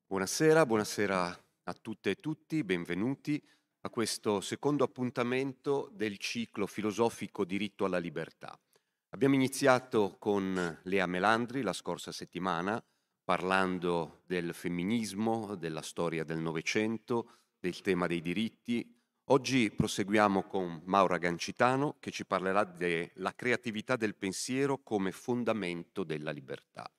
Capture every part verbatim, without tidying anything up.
Buonasera, buonasera a tutte e tutti, benvenuti a questo secondo appuntamento del ciclo filosofico Diritto alla libertà. Abbiamo iniziato con Lea Melandri la scorsa settimana, parlando del femminismo, della storia del Novecento, del tema dei diritti. Oggi proseguiamo con Maura Gancitano, che ci parlerà della creatività del pensiero come fondamento della libertà.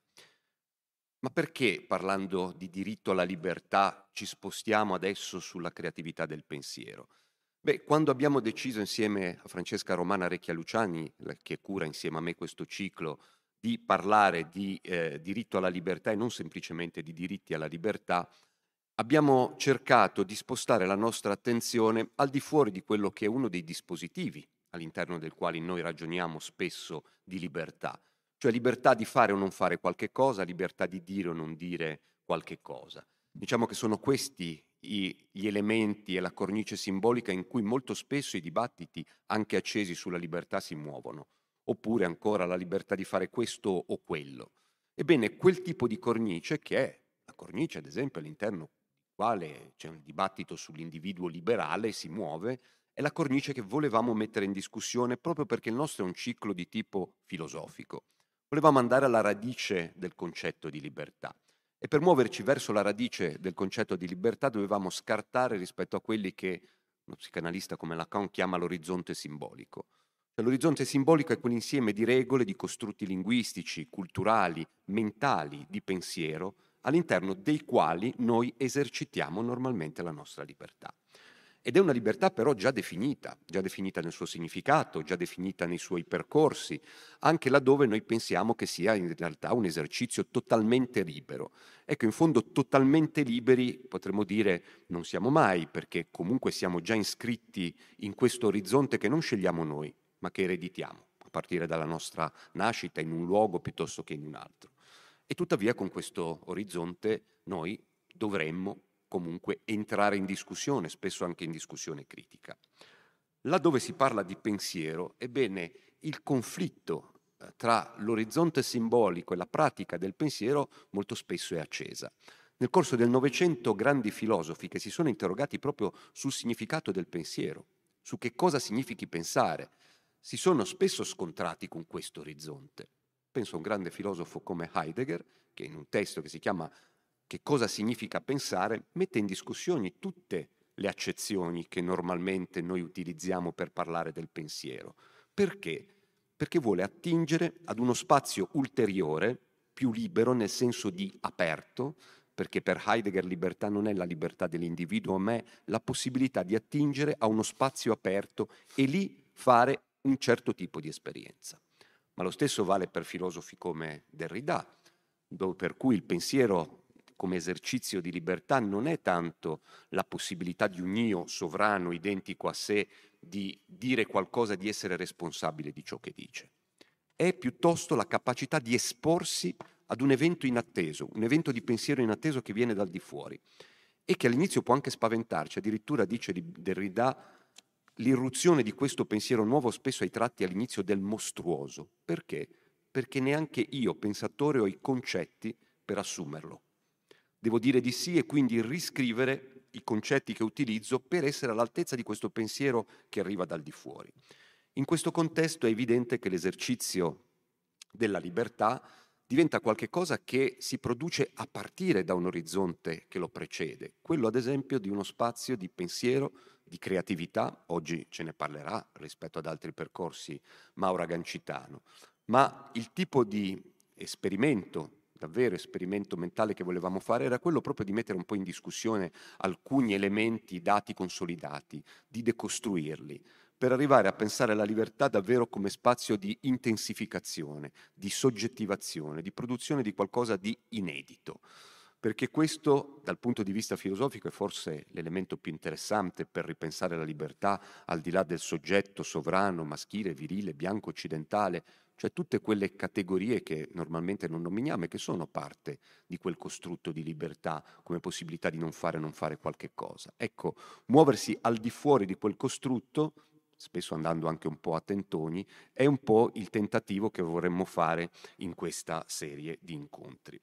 Ma perché, parlando di diritto alla libertà, ci spostiamo adesso sulla creatività del pensiero? Beh, quando abbiamo deciso insieme a Francesca Romana Recchia Luciani, la- che cura insieme a me questo ciclo, di parlare di eh, diritto alla libertà e non semplicemente di diritti alla libertà, abbiamo cercato di spostare la nostra attenzione al di fuori di quello che è uno dei dispositivi all'interno del quale noi ragioniamo spesso di libertà, cioè libertà di fare o non fare qualche cosa, libertà di dire o non dire qualche cosa. Diciamo che sono questi i- gli elementi e la cornice simbolica in cui molto spesso i dibattiti, anche accesi sulla libertà, si muovono, oppure ancora la libertà di fare questo o quello. Ebbene, quel tipo di cornice, che è la cornice, ad esempio, all'interno del quale c'è un dibattito sull'individuo liberale, si muove, è la cornice che volevamo mettere in discussione proprio perché il nostro è un ciclo di tipo filosofico. Volevamo andare alla radice del concetto di libertà e per muoverci verso la radice del concetto di libertà dovevamo scartare rispetto a quelli che uno psicanalista come Lacan chiama l'orizzonte simbolico. Cioè, l'orizzonte simbolico è quell'insieme di regole, di costrutti linguistici, culturali, mentali, di pensiero, all'interno dei quali noi esercitiamo normalmente la nostra libertà. Ed è una libertà però già definita, già definita nel suo significato, già definita nei suoi percorsi, anche laddove noi pensiamo che sia in realtà un esercizio totalmente libero. Ecco, in fondo totalmente liberi potremmo dire non siamo mai, perché comunque siamo già iscritti in questo orizzonte che non scegliamo noi, ma che ereditiamo, a partire dalla nostra nascita in un luogo piuttosto che in un altro. E tuttavia con questo orizzonte noi dovremmo comunque entrare in discussione, spesso anche in discussione critica. Laddove si parla di pensiero, ebbene, il conflitto eh, tra l'orizzonte simbolico e la pratica del pensiero molto spesso è accesa. Nel corso del Novecento grandi filosofi che si sono interrogati proprio sul significato del pensiero, su che cosa significhi pensare, si sono spesso scontrati con questo orizzonte. Penso a un grande filosofo come Heidegger, che in un testo che si chiama Che cosa significa pensare, mette in discussione tutte le accezioni che normalmente noi utilizziamo per parlare del pensiero. Perché? Perché vuole attingere ad uno spazio ulteriore, più libero nel senso di aperto, perché per Heidegger libertà non è la libertà dell'individuo, ma è la possibilità di attingere a uno spazio aperto e lì fare un certo tipo di esperienza. Ma lo stesso vale per filosofi come Derrida, dove per cui il pensiero come esercizio di libertà non è tanto la possibilità di un io sovrano, identico a sé, di dire qualcosa, di essere responsabile di ciò che dice. È piuttosto la capacità di esporsi ad un evento inatteso, un evento di pensiero inatteso che viene dal di fuori e che all'inizio può anche spaventarci. Addirittura dice Derrida l'irruzione di questo pensiero nuovo spesso ai tratti all'inizio del mostruoso. Perché? Perché neanche io, pensatore, ho i concetti per assumerlo. Devo dire di sì e quindi riscrivere i concetti che utilizzo per essere all'altezza di questo pensiero che arriva dal di fuori. In questo contesto è evidente che l'esercizio della libertà diventa qualcosa che si produce a partire da un orizzonte che lo precede, quello ad esempio di uno spazio di pensiero, di creatività, oggi ce ne parlerà rispetto ad altri percorsi Maura Gancitano, ma il tipo di esperimento, davvero esperimento mentale che volevamo fare era quello proprio di mettere un po' in discussione alcuni elementi, dati consolidati, di decostruirli, per arrivare a pensare alla libertà davvero come spazio di intensificazione, di soggettivazione, di produzione di qualcosa di inedito. Perché questo, dal punto di vista filosofico, è forse l'elemento più interessante per ripensare la libertà, al di là del soggetto sovrano, maschile, virile, bianco, occidentale, cioè tutte quelle categorie che normalmente non nominiamo e che sono parte di quel costrutto di libertà come possibilità di non fare o non fare qualche cosa. Ecco, muoversi al di fuori di quel costrutto, spesso andando anche un po' a tentoni, è un po' il tentativo che vorremmo fare in questa serie di incontri.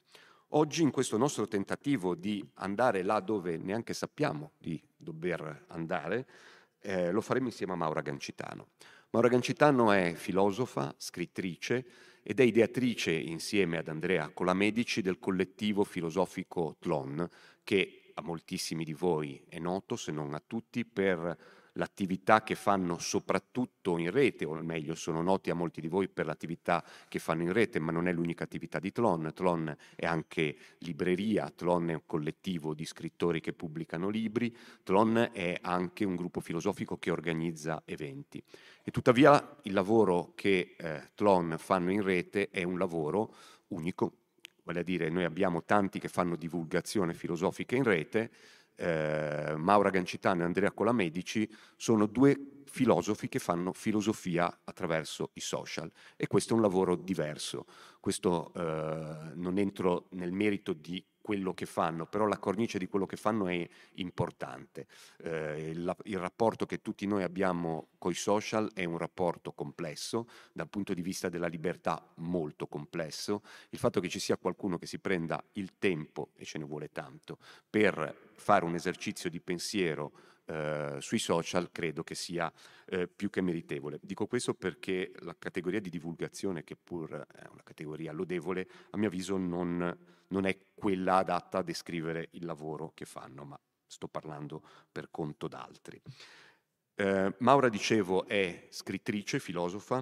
Oggi in questo nostro tentativo di andare là dove neanche sappiamo di dover andare, eh, lo faremo insieme a Maura Gancitano. Maura Gancitano è filosofa, scrittrice ed è ideatrice insieme ad Andrea Colamedici del collettivo filosofico Tlon, che a moltissimi di voi è noto, se non a tutti, per l'attività che fanno soprattutto in rete, o meglio sono noti a molti di voi per l'attività che fanno in rete, ma non è l'unica attività di Tlon. Tlon è anche libreria, Tlon è un collettivo di scrittori che pubblicano libri, Tlon è anche un gruppo filosofico che organizza eventi. E tuttavia il lavoro che eh, Tlon fanno in rete è un lavoro unico, vale a dire noi abbiamo tanti che fanno divulgazione filosofica in rete, eh, Maura Gancitano e Andrea Colamedici sono due filosofi che fanno filosofia attraverso i social e questo è un lavoro diverso. Questo eh, non entro nel merito di quello che fanno, però la cornice di quello che fanno è importante. Eh, il, il rapporto che tutti noi abbiamo coi social è un rapporto complesso, dal punto di vista della libertà molto complesso. Il fatto che ci sia qualcuno che si prenda il tempo, e ce ne vuole tanto, per fare un esercizio di pensiero eh, sui social credo che sia eh, più che meritevole. Dico questo perché la categoria di divulgazione, che pur è una categoria lodevole, a mio avviso non, non è quella adatta a descrivere il lavoro che fanno, ma sto parlando per conto d'altri. Eh, Maura, dicevo, è scrittrice, filosofa,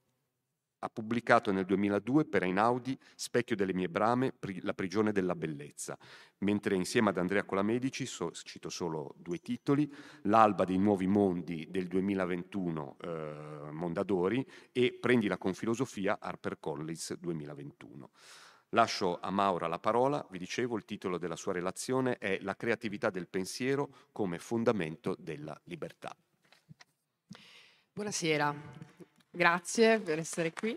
ha pubblicato nel duemiladue per Einaudi Specchio delle mie brame, pri- La prigione della bellezza, mentre insieme ad Andrea Colamedici, so, cito solo due titoli, L'alba dei nuovi mondi del duemilaventuno, eh, Mondadori, e Prendila con filosofia, HarperCollins duemilaventuno. Lascio a Maura la parola, vi dicevo, il titolo della sua relazione è La creatività del pensiero come fondamento della libertà. Buonasera, grazie per essere qui.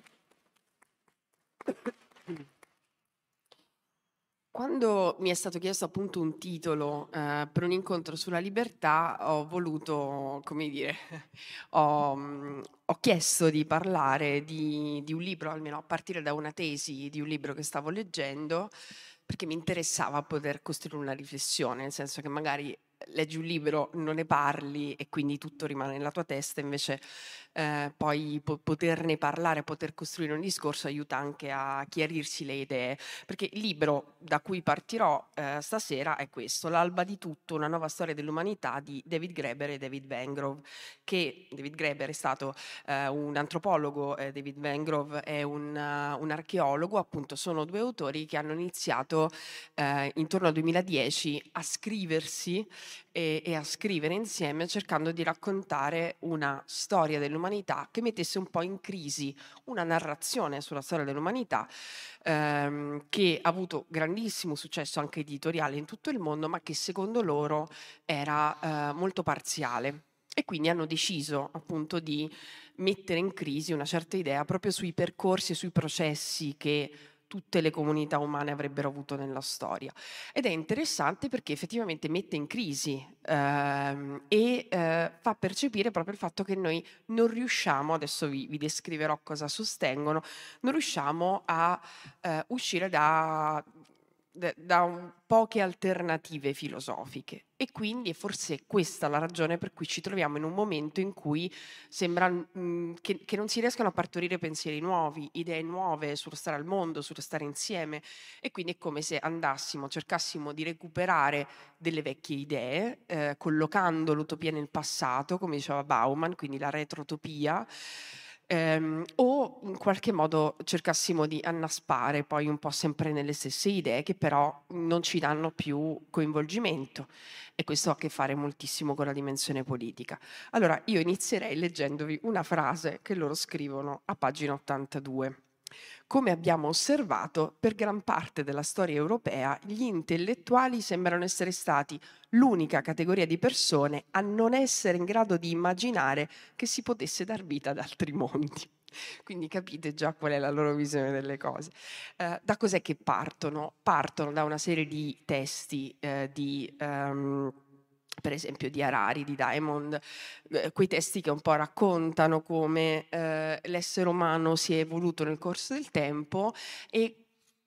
Quando mi è stato chiesto appunto un titolo eh, per un incontro sulla libertà, ho voluto, come dire, ho, mh, ho chiesto di parlare di, di un libro, almeno a partire da una tesi di un libro che stavo leggendo, perché mi interessava poter costruire una riflessione, nel senso che magari leggi un libro, non ne parli e quindi tutto rimane nella tua testa, invece eh, poi po- poterne parlare, poter costruire un discorso aiuta anche a chiarirsi le idee, perché il libro da cui partirò eh, stasera è questo, L'alba di tutto, una nuova storia dell'umanità di David Graeber e David Vengrove, che David Graeber è stato eh, un antropologo, eh, David Vengrove è un, uh, un archeologo, appunto sono due autori che hanno iniziato eh, intorno al duemiladieci a scriversi e, e a scrivere insieme cercando di raccontare una storia dell'umanità che mettesse un po' in crisi una narrazione sulla storia dell'umanità ehm, che ha avuto grandissimo successo anche editoriale in tutto il mondo, ma che secondo loro era eh, molto parziale. E quindi hanno deciso appunto di mettere in crisi una certa idea proprio sui percorsi e sui processi che tutte le comunità umane avrebbero avuto nella storia. Ed è interessante perché effettivamente mette in crisi ehm, e eh, fa percepire proprio il fatto che noi non riusciamo, adesso vi, vi descriverò cosa sostengono, non riusciamo a eh, uscire da, da, da un, poche alternative filosofiche. E quindi è forse questa la ragione per cui ci troviamo in un momento in cui sembra mh, che, che non si riescano a partorire pensieri nuovi, idee nuove sullo stare al mondo, sullo stare insieme, e quindi è come se andassimo, cercassimo di recuperare delle vecchie idee, eh, collocando l'utopia nel passato, come diceva Bauman, quindi la retrotopia, ehm, o in qualche modo cercassimo di annaspare poi un po' sempre nelle stesse idee che però non ci danno più coinvolgimento. E questo ha a che fare moltissimo con la dimensione politica. Allora, io inizierei leggendovi una frase che loro scrivono a pagina ottantadue. Come abbiamo osservato, per gran parte della storia europea gli intellettuali sembrano essere stati l'unica categoria di persone a non essere in grado di immaginare che si potesse dar vita ad altri mondi. Quindi capite già qual è la loro visione delle cose. Eh, da cos'è che partono? Partono da una serie di testi eh, di... Um, per esempio di Harari, di Diamond, eh, quei testi che un po' raccontano come eh, l'essere umano si è evoluto nel corso del tempo e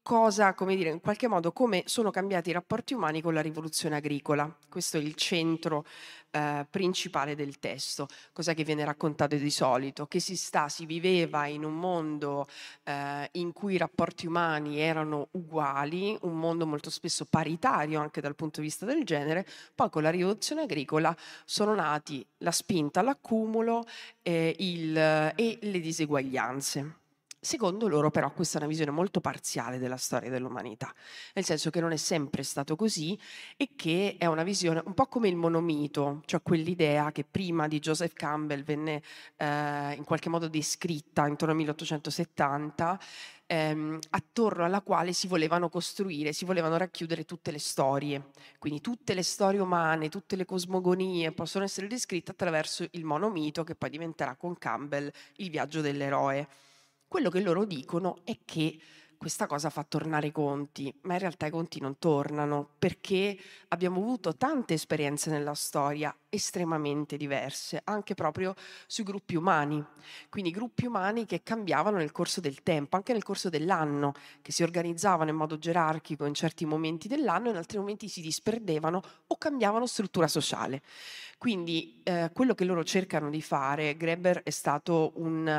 cosa, come dire, in qualche modo come sono cambiati i rapporti umani con la rivoluzione agricola. Questo è il centro eh, principale del testo. Cos'è che viene raccontato di solito? Che si sta, si viveva in un mondo eh, in cui i rapporti umani erano uguali, un mondo molto spesso paritario anche dal punto di vista del genere. Poi con la rivoluzione agricola sono nati la spinta all'accumulo eh, il, e le diseguaglianze. Secondo loro però questa è una visione molto parziale della storia dell'umanità, nel senso che non è sempre stato così e che è una visione un po' come il monomito, cioè quell'idea che prima di Joseph Campbell venne eh, in qualche modo descritta intorno al milleottocentosettanta, ehm, attorno alla quale si volevano costruire, si volevano racchiudere tutte le storie. Quindi tutte le storie umane, tutte le cosmogonie possono essere descritte attraverso il monomito che poi diventerà con Campbell il viaggio dell'eroe. Quello che loro dicono è che questa cosa fa tornare i conti, ma in realtà i conti non tornano perché abbiamo avuto tante esperienze nella storia estremamente diverse, anche proprio sui gruppi umani. Quindi gruppi umani che cambiavano nel corso del tempo, anche nel corso dell'anno, che si organizzavano in modo gerarchico in certi momenti dell'anno e in altri momenti si disperdevano o cambiavano struttura sociale. Quindi eh, quello che loro cercano di fare, Graeber è stato un,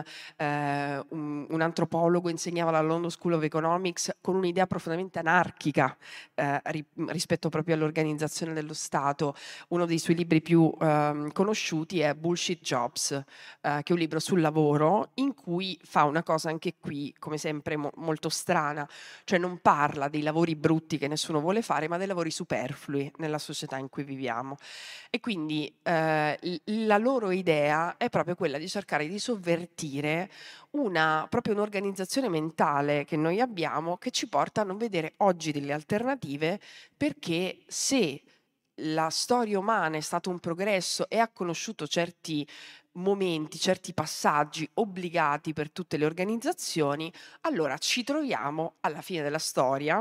eh, un, un antropologo, insegnava alla London School of Economics con un'idea profondamente anarchica eh, ri, rispetto proprio all'organizzazione dello Stato. Uno dei suoi libri più eh, conosciuti è Bullshit Jobs, eh, che è un libro sul lavoro in cui fa una cosa anche qui, come sempre, mo- molto strana, cioè non parla dei lavori brutti che nessuno vuole fare, ma dei lavori superflui nella società in cui viviamo. E quindi eh, la loro idea è proprio quella di cercare di sovvertire una, proprio un'organizzazione mentale che noi abbiamo che ci porta a non vedere oggi delle alternative, perché se la storia umana è stato un progresso e ha conosciuto certi momenti, certi passaggi obbligati per tutte le organizzazioni, allora ci troviamo alla fine della storia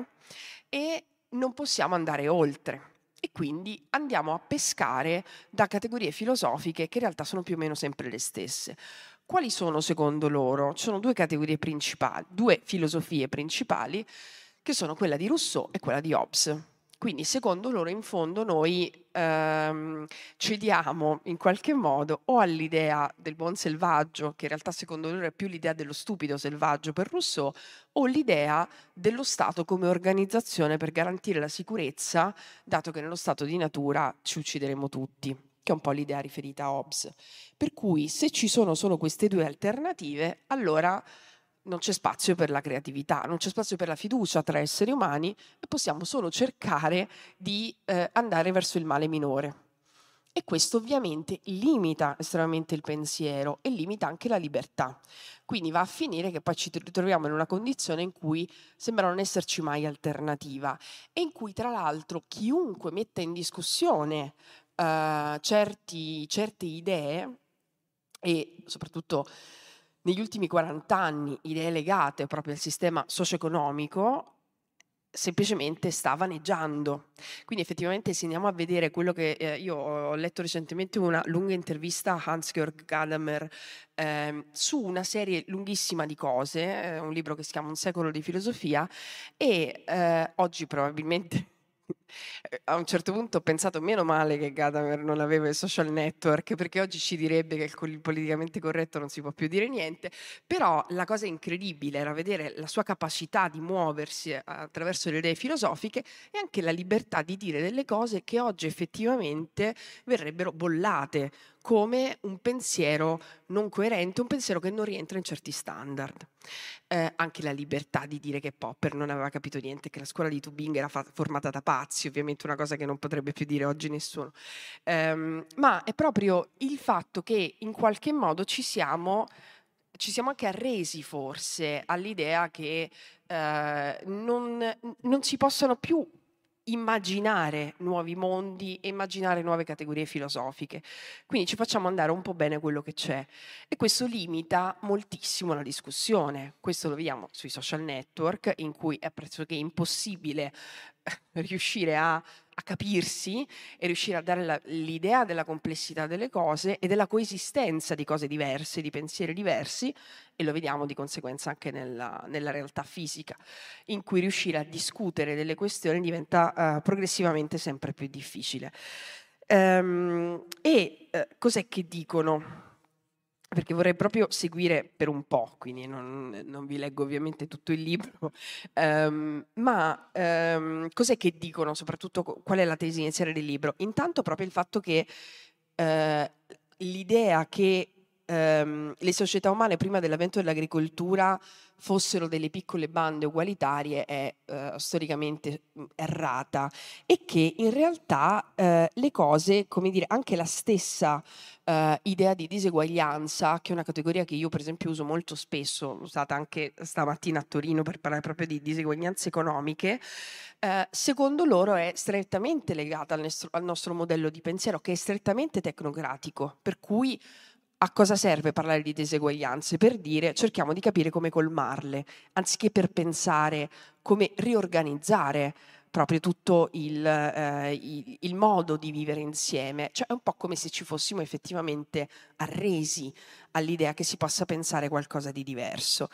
e non possiamo andare oltre. E quindi andiamo a pescare da categorie filosofiche che in realtà sono più o meno sempre le stesse. Quali sono secondo loro? Ci sono due categorie principali, due filosofie principali, che sono quella di Rousseau e quella di Hobbes. Quindi secondo loro in fondo noi ehm, cediamo in qualche modo o all'idea del buon selvaggio, che in realtà secondo loro è più l'idea dello stupido selvaggio per Rousseau, o l'idea dello Stato come organizzazione per garantire la sicurezza, dato che nello stato di natura ci uccideremo tutti, che è un po' l'idea riferita a Hobbes. Per cui se ci sono solo queste due alternative, allora non c'è spazio per la creatività, non c'è spazio per la fiducia tra esseri umani e possiamo solo cercare di eh, andare verso il male minore. E questo ovviamente limita estremamente il pensiero e limita anche la libertà. Quindi va a finire che poi ci ritroviamo in una condizione in cui sembra non esserci mai alternativa e in cui tra l'altro chiunque metta in discussione uh, certi, certe idee e soprattutto negli ultimi quaranta anni idee legate proprio al sistema socio-economico semplicemente sta vaneggiando. Quindi effettivamente se andiamo a vedere quello che eh, io ho letto recentemente una lunga intervista a Hans-Georg Gadamer eh, su una serie lunghissima di cose, eh, un libro che si chiama Un secolo di filosofia e eh, oggi probabilmente a un certo punto ho pensato meno male che Gadamer non aveva i social network, perché oggi ci direbbe che il politicamente corretto non si può più dire niente, però la cosa incredibile era vedere la sua capacità di muoversi attraverso le idee filosofiche e anche la libertà di dire delle cose che oggi effettivamente verrebbero bollate come un pensiero non coerente, un pensiero che non rientra in certi standard. Eh, anche la libertà di dire che Popper non aveva capito niente, che la scuola di Tubinga era fa- formata da pazzi, ovviamente una cosa che non potrebbe più dire oggi nessuno. Um, ma è proprio il fatto che in qualche modo ci siamo, ci siamo anche arresi forse all'idea che eh, non, non si possano più immaginare nuovi mondi e immaginare nuove categorie filosofiche. Quindi ci facciamo andare un po' bene quello che c'è e questo limita moltissimo la discussione. Questo lo vediamo sui social network in cui è pressoché impossibile riuscire a, a capirsi e riuscire a dare la, l'idea della complessità delle cose e della coesistenza di cose diverse, di pensieri diversi, e lo vediamo di conseguenza anche nella, nella realtà fisica, in cui riuscire a discutere delle questioni diventa uh, progressivamente sempre più difficile. Um, e uh, cos'è che dicono? Perché vorrei proprio seguire per un po', quindi non, non vi leggo ovviamente tutto il libro, um, ma um, cos'è che dicono, soprattutto qual è la tesi iniziale del libro? Intanto proprio il fatto che uh, l'idea che um, le società umane prima dell'avvento dell'agricoltura fossero delle piccole bande ugualitarie è uh, storicamente errata, e che in realtà uh, le cose, come dire, anche la stessa Uh, idea di diseguaglianza, che è una categoria che io per esempio uso molto spesso, l'ho usata anche stamattina a Torino per parlare proprio di diseguaglianze economiche, uh, secondo loro è strettamente legata al nostro, al nostro modello di pensiero, che è strettamente tecnocratico, per cui a cosa serve parlare di diseguaglianze? Per dire cerchiamo di capire come colmarle, anziché per pensare come riorganizzare proprio tutto il, eh, il, il modo di vivere insieme. Cioè è un po' come se ci fossimo effettivamente arresi all'idea che si possa pensare qualcosa di diverso.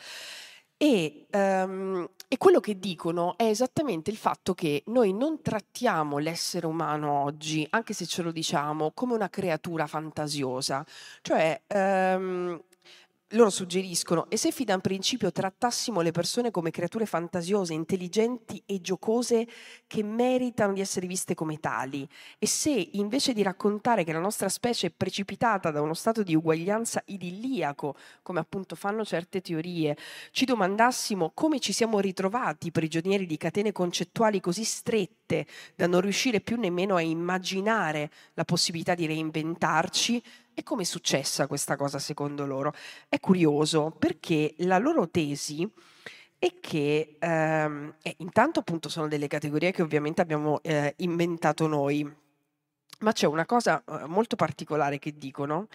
E, um, e quello che dicono è esattamente il fatto che noi non trattiamo l'essere umano oggi, anche se ce lo diciamo, come una creatura fantasiosa. Cioè, um, loro suggeriscono, e se fin da un principio trattassimo le persone come creature fantasiose, intelligenti e giocose che meritano di essere viste come tali, e se invece di raccontare che la nostra specie è precipitata da uno stato di uguaglianza idilliaco, come appunto fanno certe teorie, ci domandassimo come ci siamo ritrovati prigionieri di catene concettuali così strette da non riuscire più nemmeno a immaginare la possibilità di reinventarci, e come è successa questa cosa secondo loro? È curioso perché la loro tesi è che ehm, eh, intanto appunto sono delle categorie che ovviamente abbiamo eh, inventato noi, ma c'è una cosa eh, molto particolare che dicono,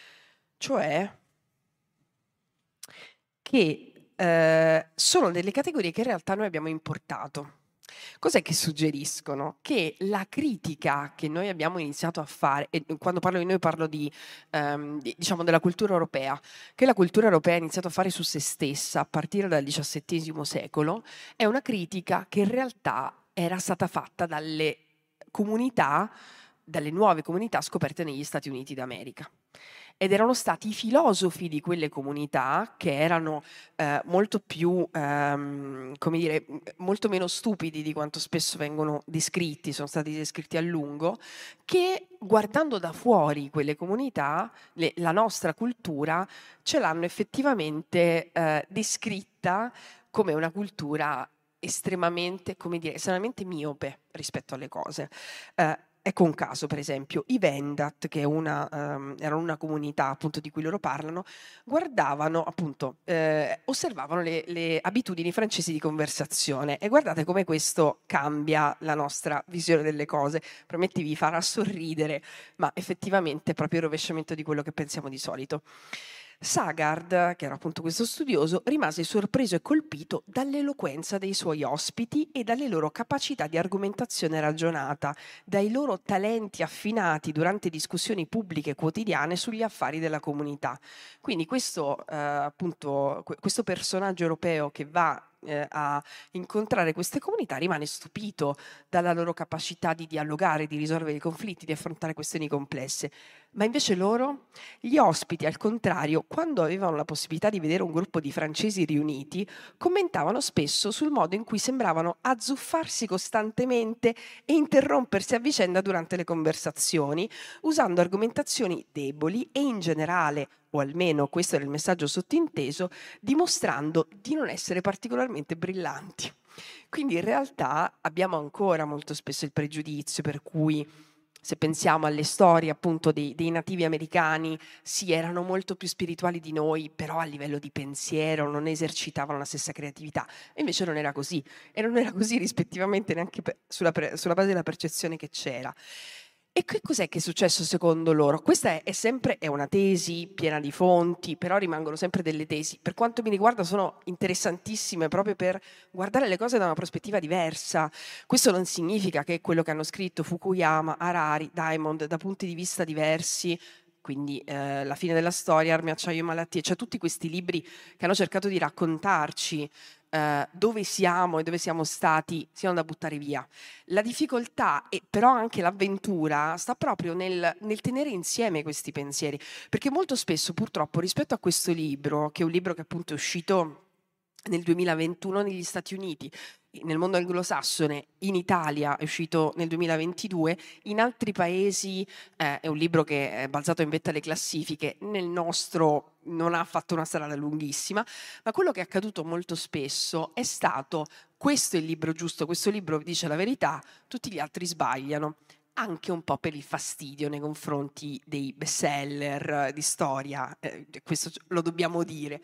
cioè che eh, sono delle categorie che in realtà noi abbiamo importato. Cos'è che suggeriscono? Che la critica che noi abbiamo iniziato a fare, e quando parlo di noi parlo di, ehm, di, diciamo della cultura europea, che la cultura europea ha iniziato a fare su se stessa a partire dal diciassettesimo secolo, è una critica che in realtà era stata fatta dalle comunità, dalle nuove comunità scoperte negli Stati Uniti d'America. Ed erano stati i filosofi di quelle comunità, che erano eh, molto più, ehm, come dire, molto meno stupidi di quanto spesso vengono descritti, sono stati descritti a lungo, che guardando da fuori quelle comunità, le, la nostra cultura, ce l'hanno effettivamente eh, descritta come una cultura estremamente, come dire, estremamente miope rispetto alle cose. Eh, Ecco un caso, per esempio, i Wendat, che è una, um, erano una comunità appunto di cui loro parlano, guardavano appunto, eh, osservavano le, le abitudini francesi di conversazione, e guardate come questo cambia la nostra visione delle cose. Prometti vi farà sorridere, ma effettivamente è proprio il rovesciamento di quello che pensiamo di solito. Sagard, che era appunto questo studioso, rimase sorpreso e colpito dall'eloquenza dei suoi ospiti e dalle loro capacità di argomentazione ragionata, dai loro talenti affinati durante discussioni pubbliche quotidiane sugli affari della comunità. Quindi questo, eh, appunto, questo personaggio europeo che va eh, a incontrare queste comunità rimane stupito dalla loro capacità di dialogare, di risolvere i conflitti, di affrontare questioni complesse. Ma invece loro, gli ospiti, al contrario, quando avevano la possibilità di vedere un gruppo di francesi riuniti, commentavano spesso sul modo in cui sembravano azzuffarsi costantemente e interrompersi a vicenda durante le conversazioni, usando argomentazioni deboli e in generale, o almeno questo era il messaggio sottinteso, dimostrando di non essere particolarmente brillanti. Quindi in realtà abbiamo ancora molto spesso il pregiudizio per cui, se pensiamo alle storie appunto dei, dei nativi americani, sì, erano molto più spirituali di noi, però a livello di pensiero non esercitavano la stessa creatività. E invece non era così, e non era così rispettivamente neanche per, sulla, pre, sulla base della percezione che c'era. E che cos'è che è successo secondo loro? Questa è, è sempre è una tesi piena di fonti, però rimangono sempre delle tesi. Per quanto mi riguarda sono interessantissime proprio per guardare le cose da una prospettiva diversa. Questo non significa che quello che hanno scritto Fukuyama, Harari, Diamond, da punti di vista diversi, quindi eh, La fine della storia, Armi, acciaio e malattie, cioè tutti questi libri che hanno cercato di raccontarci eh, dove siamo e dove siamo stati, siano da buttare via. La difficoltà e però anche l'avventura sta proprio nel, nel tenere insieme questi pensieri, perché molto spesso purtroppo rispetto a questo libro, che è un libro che appunto è uscito nel duemilaventuno negli Stati Uniti, nel mondo anglosassone, in Italia è uscito nel duemilaventidue, in altri paesi eh, è un libro che è balzato in vetta alle classifiche, nel nostro non ha fatto una strada lunghissima, ma quello che è accaduto molto spesso è stato: questo è il libro giusto, questo libro dice la verità, tutti gli altri sbagliano, anche un po' per il fastidio nei confronti dei bestseller di storia, eh, questo lo dobbiamo dire.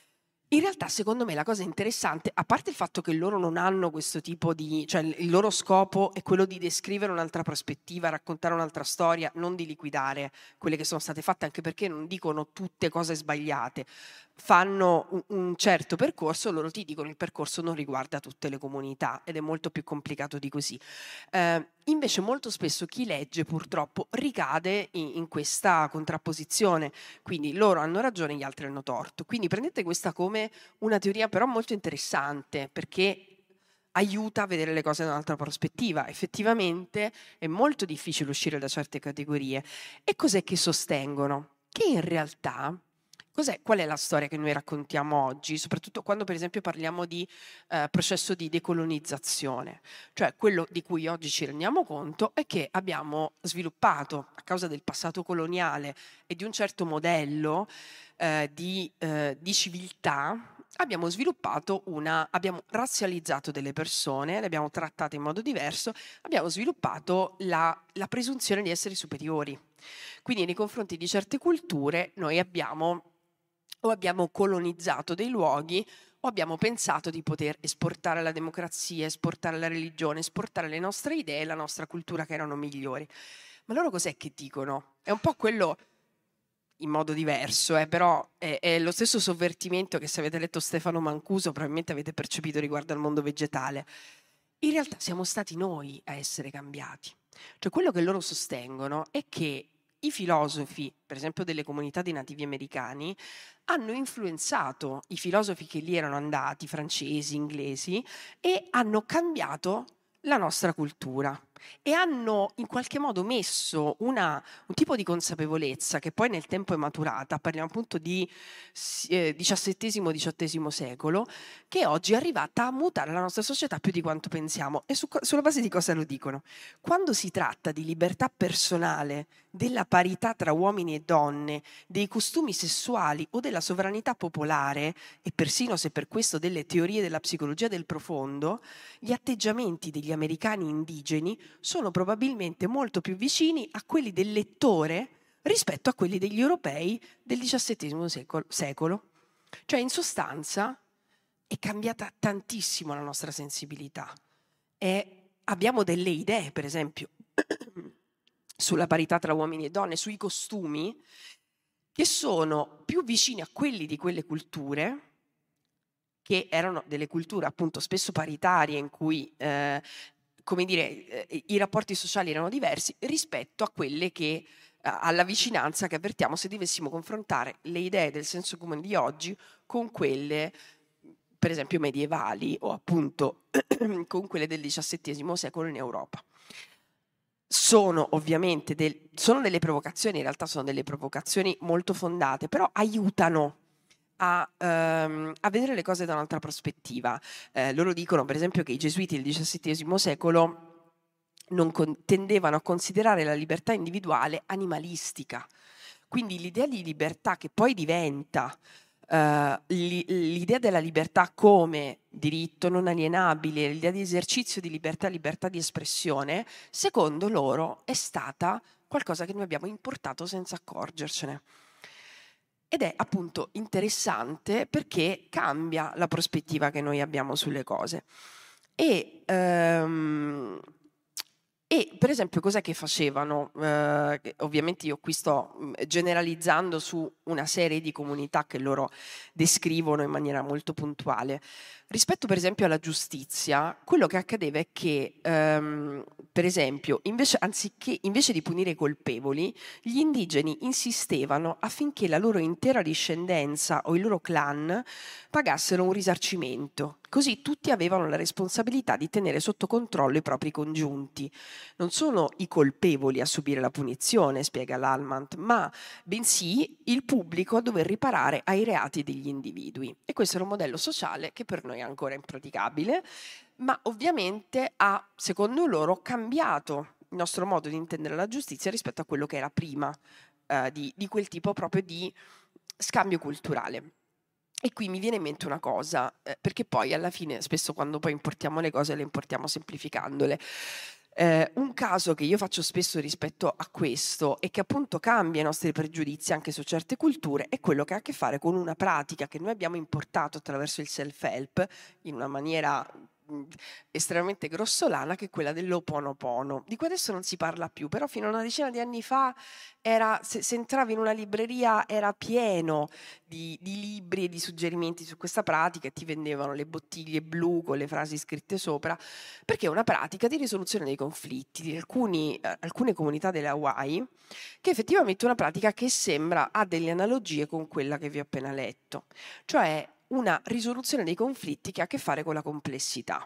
In realtà, secondo me, la cosa interessante, a parte il fatto che loro non hanno questo tipo di, cioè il loro scopo è quello di descrivere un'altra prospettiva, raccontare un'altra storia, non di liquidare quelle che sono state fatte, anche perché non dicono tutte cose sbagliate, fanno un, un certo percorso, loro ti dicono il percorso non riguarda tutte le comunità ed è molto più complicato di così. Eh, invece molto spesso chi legge purtroppo ricade in, in questa contrapposizione, quindi loro hanno ragione, gli altri hanno torto. Quindi prendete questa come una teoria però molto interessante, perché aiuta a vedere le cose da un'altra prospettiva. Effettivamente è molto difficile uscire da certe categorie. E cos'è che sostengono? Che in realtà cos'è, qual è la storia che noi raccontiamo oggi, soprattutto quando per esempio parliamo di eh, processo di decolonizzazione? Cioè quello di cui oggi ci rendiamo conto è che abbiamo sviluppato, a causa del passato coloniale e di un certo modello eh, di, eh, di civiltà, abbiamo sviluppato una, abbiamo razzializzato delle persone, le abbiamo trattate in modo diverso, abbiamo sviluppato la, la presunzione di essere superiori. Quindi nei confronti di certe culture noi abbiamo o abbiamo colonizzato dei luoghi o abbiamo pensato di poter esportare la democrazia, esportare la religione, esportare le nostre idee e la nostra cultura che erano migliori. Ma loro cos'è che dicono? È un po' quello in modo diverso, eh, però è, è lo stesso sovvertimento che, se avete letto Stefano Mancuso, probabilmente avete percepito riguardo al mondo vegetale. In realtà siamo stati noi a essere cambiati. Cioè quello che loro sostengono è che i filosofi, per esempio delle comunità di nativi americani, hanno influenzato i filosofi che lì erano andati, francesi, inglesi, e hanno cambiato la nostra cultura e hanno in qualche modo messo una, un tipo di consapevolezza che poi nel tempo è maturata, parliamo appunto di eh, diciassettesimo diciottesimo secolo, che oggi è arrivata a mutare la nostra società più di quanto pensiamo. E su, sulla base di cosa lo dicono? Quando si tratta di libertà personale, della parità tra uomini e donne, dei costumi sessuali o della sovranità popolare, e persino se per questo delle teorie della psicologia del profondo, gli atteggiamenti degli americani indigeni sono probabilmente molto più vicini a quelli del lettore rispetto a quelli degli europei del diciassettesimo secolo. Cioè, in sostanza, è cambiata tantissimo la nostra sensibilità e abbiamo delle idee, per esempio, sulla parità tra uomini e donne, sui costumi, che sono più vicini a quelli di quelle culture, che erano delle culture appunto spesso paritarie, in cui eh, come dire, eh, i rapporti sociali erano diversi, rispetto a quelle che, alla vicinanza che avvertiamo se dovessimo confrontare le idee del senso comune di oggi con quelle, per esempio, medievali o appunto con quelle del diciassettesimo secolo in Europa. Sono ovviamente del, sono delle provocazioni, in realtà sono delle provocazioni molto fondate, però aiutano A, um, a vedere le cose da un'altra prospettiva. Eh, loro dicono, per esempio, che i gesuiti del diciassettesimo secolo non con- tendevano a considerare la libertà individuale animalistica. Quindi l'idea di libertà che poi diventa uh, li- l'idea della libertà come diritto non alienabile, l'idea di esercizio di libertà, libertà di espressione, secondo loro è stata qualcosa che noi abbiamo importato senza accorgercene. Ed è appunto interessante perché cambia la prospettiva che noi abbiamo sulle cose. E um, E per esempio cos'è che facevano? Eh, ovviamente io qui sto generalizzando su una serie di comunità che loro descrivono in maniera molto puntuale. Rispetto per esempio alla giustizia, quello che accadeva è che, ehm, per esempio, invece, anziché, invece di punire i colpevoli, gli indigeni insistevano affinché la loro intera discendenza o il loro clan pagassero un risarcimento. Così tutti avevano la responsabilità di tenere sotto controllo i propri congiunti. Non sono i colpevoli a subire la punizione, spiega Lalmant, ma bensì il pubblico a dover riparare ai reati degli individui. E questo era un modello sociale che per noi è ancora impraticabile, ma ovviamente ha, secondo loro, cambiato il nostro modo di intendere la giustizia rispetto a quello che era prima eh, di, di quel tipo proprio di scambio culturale. E qui mi viene in mente una cosa, eh, perché poi alla fine spesso quando poi importiamo le cose le importiamo semplificandole. Eh, un caso che io faccio spesso rispetto a questo e che appunto cambia i nostri pregiudizi anche su certe culture è quello che ha a che fare con una pratica che noi abbiamo importato attraverso il self-help in una maniera mh, estremamente grossolana, che è quella dell'Ho'oponopono, di cui adesso non si parla più, però fino a una decina di anni fa era, se, se entravi in una libreria era pieno di, di libri e di suggerimenti su questa pratica e ti vendevano le bottiglie blu con le frasi scritte sopra, perché è una pratica di risoluzione dei conflitti di alcuni, eh, alcune comunità delle Hawaii, che effettivamente è una pratica che sembra ha delle analogie con quella che vi ho appena letto, cioè una risoluzione dei conflitti che ha a che fare con la complessità.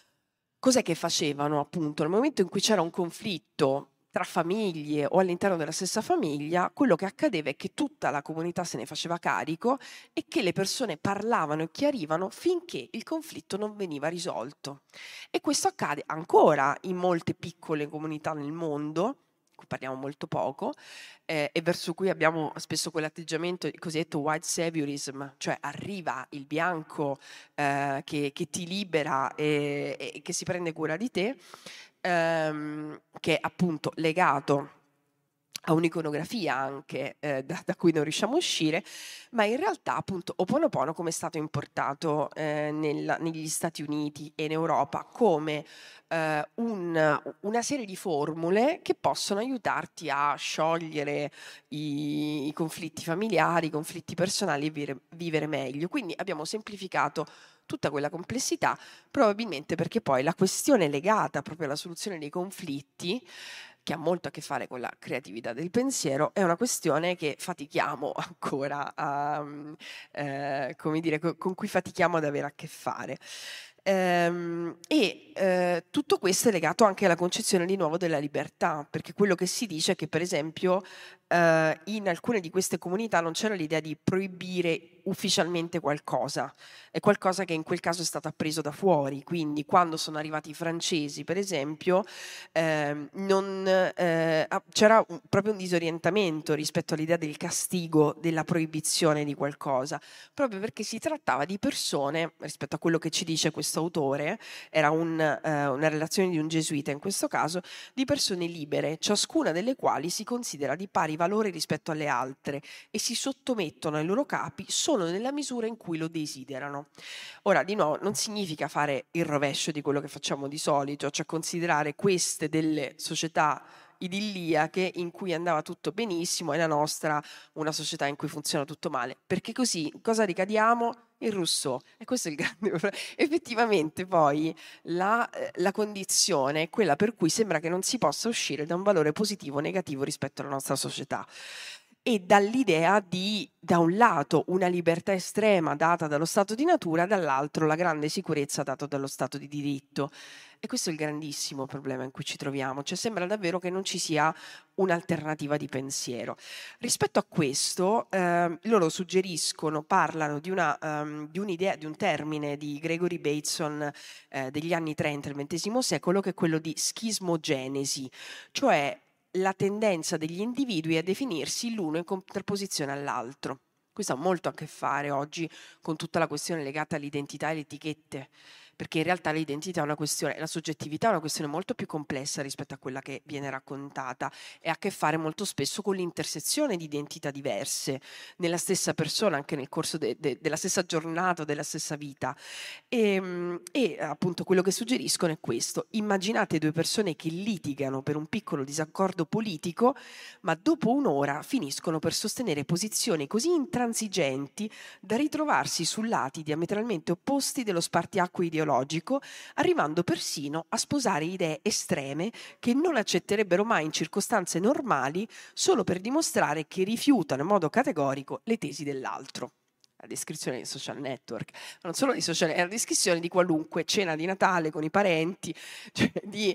Cos'è che facevano appunto nel momento in cui c'era un conflitto tra famiglie o all'interno della stessa famiglia? Quello che accadeva è che tutta la comunità se ne faceva carico e che le persone parlavano e chiarivano finché il conflitto non veniva risolto. E questo accade ancora in molte piccole comunità nel mondo, di cui parliamo molto poco, eh, e verso cui abbiamo spesso quell'atteggiamento cosiddetto white saviorism, cioè arriva il bianco eh, che, che ti libera e, e che si prende cura di te, ehm, che è appunto legato a un'iconografia anche eh, da, da cui non riusciamo a uscire, ma in realtà appunto Ho'oponopono come è stato importato eh, nel, negli Stati Uniti e in Europa come eh, un, una serie di formule che possono aiutarti a sciogliere i, i conflitti familiari, i conflitti personali e vivere, vivere meglio. Quindi abbiamo semplificato tutta quella complessità, probabilmente perché poi la questione legata proprio alla soluzione dei conflitti, che ha molto a che fare con la creatività del pensiero, è una questione che fatichiamo ancora a, eh, come dire, con, con cui fatichiamo ad avere a che fare. Ehm, e eh, tutto questo è legato anche alla concezione di nuovo della libertà, perché quello che si dice è che per esempio eh, in alcune di queste comunità non c'era l'idea di proibire ufficialmente qualcosa, è qualcosa che in quel caso è stato appreso da fuori, quindi quando sono arrivati i francesi per esempio eh, non, eh, c'era un, proprio un disorientamento rispetto all'idea del castigo, della proibizione di qualcosa, proprio perché si trattava di persone, rispetto a quello che ci dice questo autore, era un, eh, una relazione di un gesuita in questo caso, di persone libere, ciascuna delle quali si considera di pari valore rispetto alle altre e si sottomettono ai loro capi solo nella misura in cui lo desiderano. Ora, di nuovo, non significa fare il rovescio di quello che facciamo di solito, cioè considerare queste delle società idilliache in cui andava tutto benissimo e la nostra una società in cui funziona tutto male, perché così cosa ricadiamo? Il Rousseau, e questo è il grande effettivamente poi la, la condizione è quella per cui sembra che non si possa uscire da un valore positivo o negativo rispetto alla nostra società e dall'idea di, da un lato, una libertà estrema data dallo stato di natura, dall'altro la grande sicurezza data dallo stato di diritto. E questo è il grandissimo problema in cui ci troviamo, cioè sembra davvero che non ci sia un'alternativa di pensiero. Rispetto a questo, eh, loro suggeriscono, parlano di, una, um, di un'idea, di un termine di Gregory Bateson eh, degli anni trenta del ventesimo secolo, che è quello di schismogenesi, cioè la tendenza degli individui a definirsi l'uno in contrapposizione all'altro. Questo ha molto a che fare oggi con tutta la questione legata all'identità e alle etichette, perché in realtà l'identità è una questione, la soggettività è una questione molto più complessa rispetto a quella che viene raccontata e ha a che fare molto spesso con l'intersezione di identità diverse nella stessa persona, anche nel corso de, de, della stessa giornata o della stessa vita. E, e appunto quello che suggeriscono è questo: immaginate due persone che litigano per un piccolo disaccordo politico, ma dopo un'ora finiscono per sostenere posizioni così intransigenti da ritrovarsi su lati diametralmente opposti dello spartiacque ideologico, arrivando persino a sposare idee estreme che non accetterebbero mai in circostanze normali, solo per dimostrare che rifiutano in modo categorico le tesi dell'altro. La descrizione dei social network, non solo di social, è la descrizione di qualunque cena di Natale con i parenti, cioè di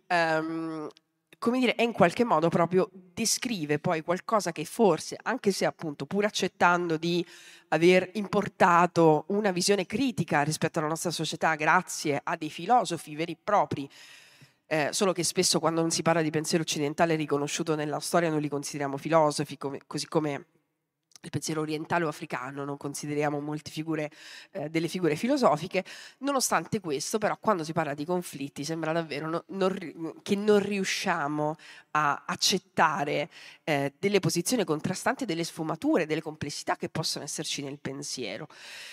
um, come dire, è in qualche modo proprio descrive poi qualcosa che forse, anche se appunto pur accettando di aver importato una visione critica rispetto alla nostra società grazie a dei filosofi veri e propri, eh, solo che spesso quando non si parla di pensiero occidentale riconosciuto nella storia non li consideriamo filosofi, come, così come il pensiero orientale o africano non consideriamo molte figure, eh, delle figure filosofiche. Nonostante questo, però, quando si parla di conflitti sembra davvero no, non, che non riusciamo a accettare eh, delle posizioni contrastanti, delle sfumature, delle complessità che possono esserci nel pensiero.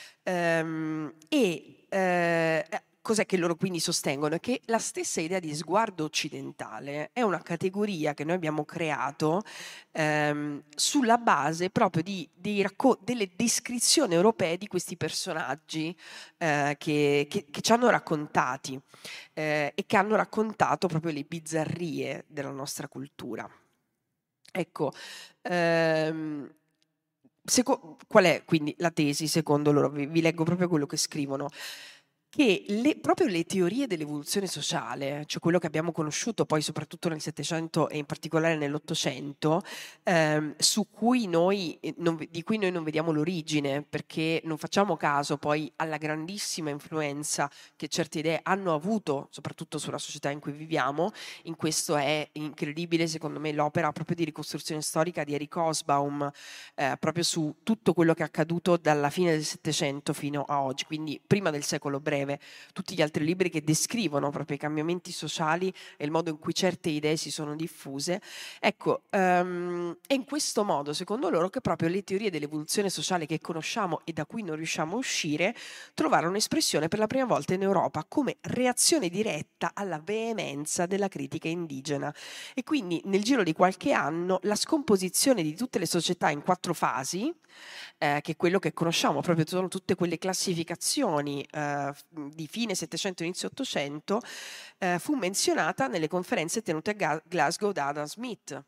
Ehm, e eh, cos'è che loro quindi sostengono? È che la stessa idea di sguardo occidentale è una categoria che noi abbiamo creato ehm, sulla base proprio di, di racco- delle descrizioni europee di questi personaggi eh, che, che, che ci hanno raccontati eh, e che hanno raccontato proprio le bizzarrie della nostra cultura. Ecco, ehm, seco- qual è quindi la tesi secondo loro? Vi, vi leggo proprio quello che scrivono. Che le, proprio le teorie dell'evoluzione sociale, cioè quello che abbiamo conosciuto poi soprattutto nel Settecento e in particolare nell'Ottocento, ehm, su cui noi, non, di cui noi non vediamo l'origine, perché non facciamo caso poi alla grandissima influenza che certe idee hanno avuto, soprattutto sulla società in cui viviamo. In questo è incredibile, secondo me, l'opera proprio di ricostruzione storica di Eric Hobsbawm, eh, proprio su tutto quello che è accaduto dalla fine del Settecento fino a oggi, quindi prima del secolo breve. Tutti gli altri libri che descrivono proprio i cambiamenti sociali e il modo in cui certe idee si sono diffuse. Ecco, um, è in questo modo, secondo loro, che proprio le teorie dell'evoluzione sociale che conosciamo e da cui non riusciamo a uscire trovarono espressione per la prima volta in Europa come reazione diretta alla veemenza della critica indigena. E quindi nel giro di qualche anno la scomposizione di tutte le società in quattro fasi, eh, che è quello che conosciamo, proprio sono tutte quelle classificazioni eh, di fine Settecento, inizio Ottocento, eh, fu menzionata nelle conferenze tenute a Ga- Glasgow da Adam Smith,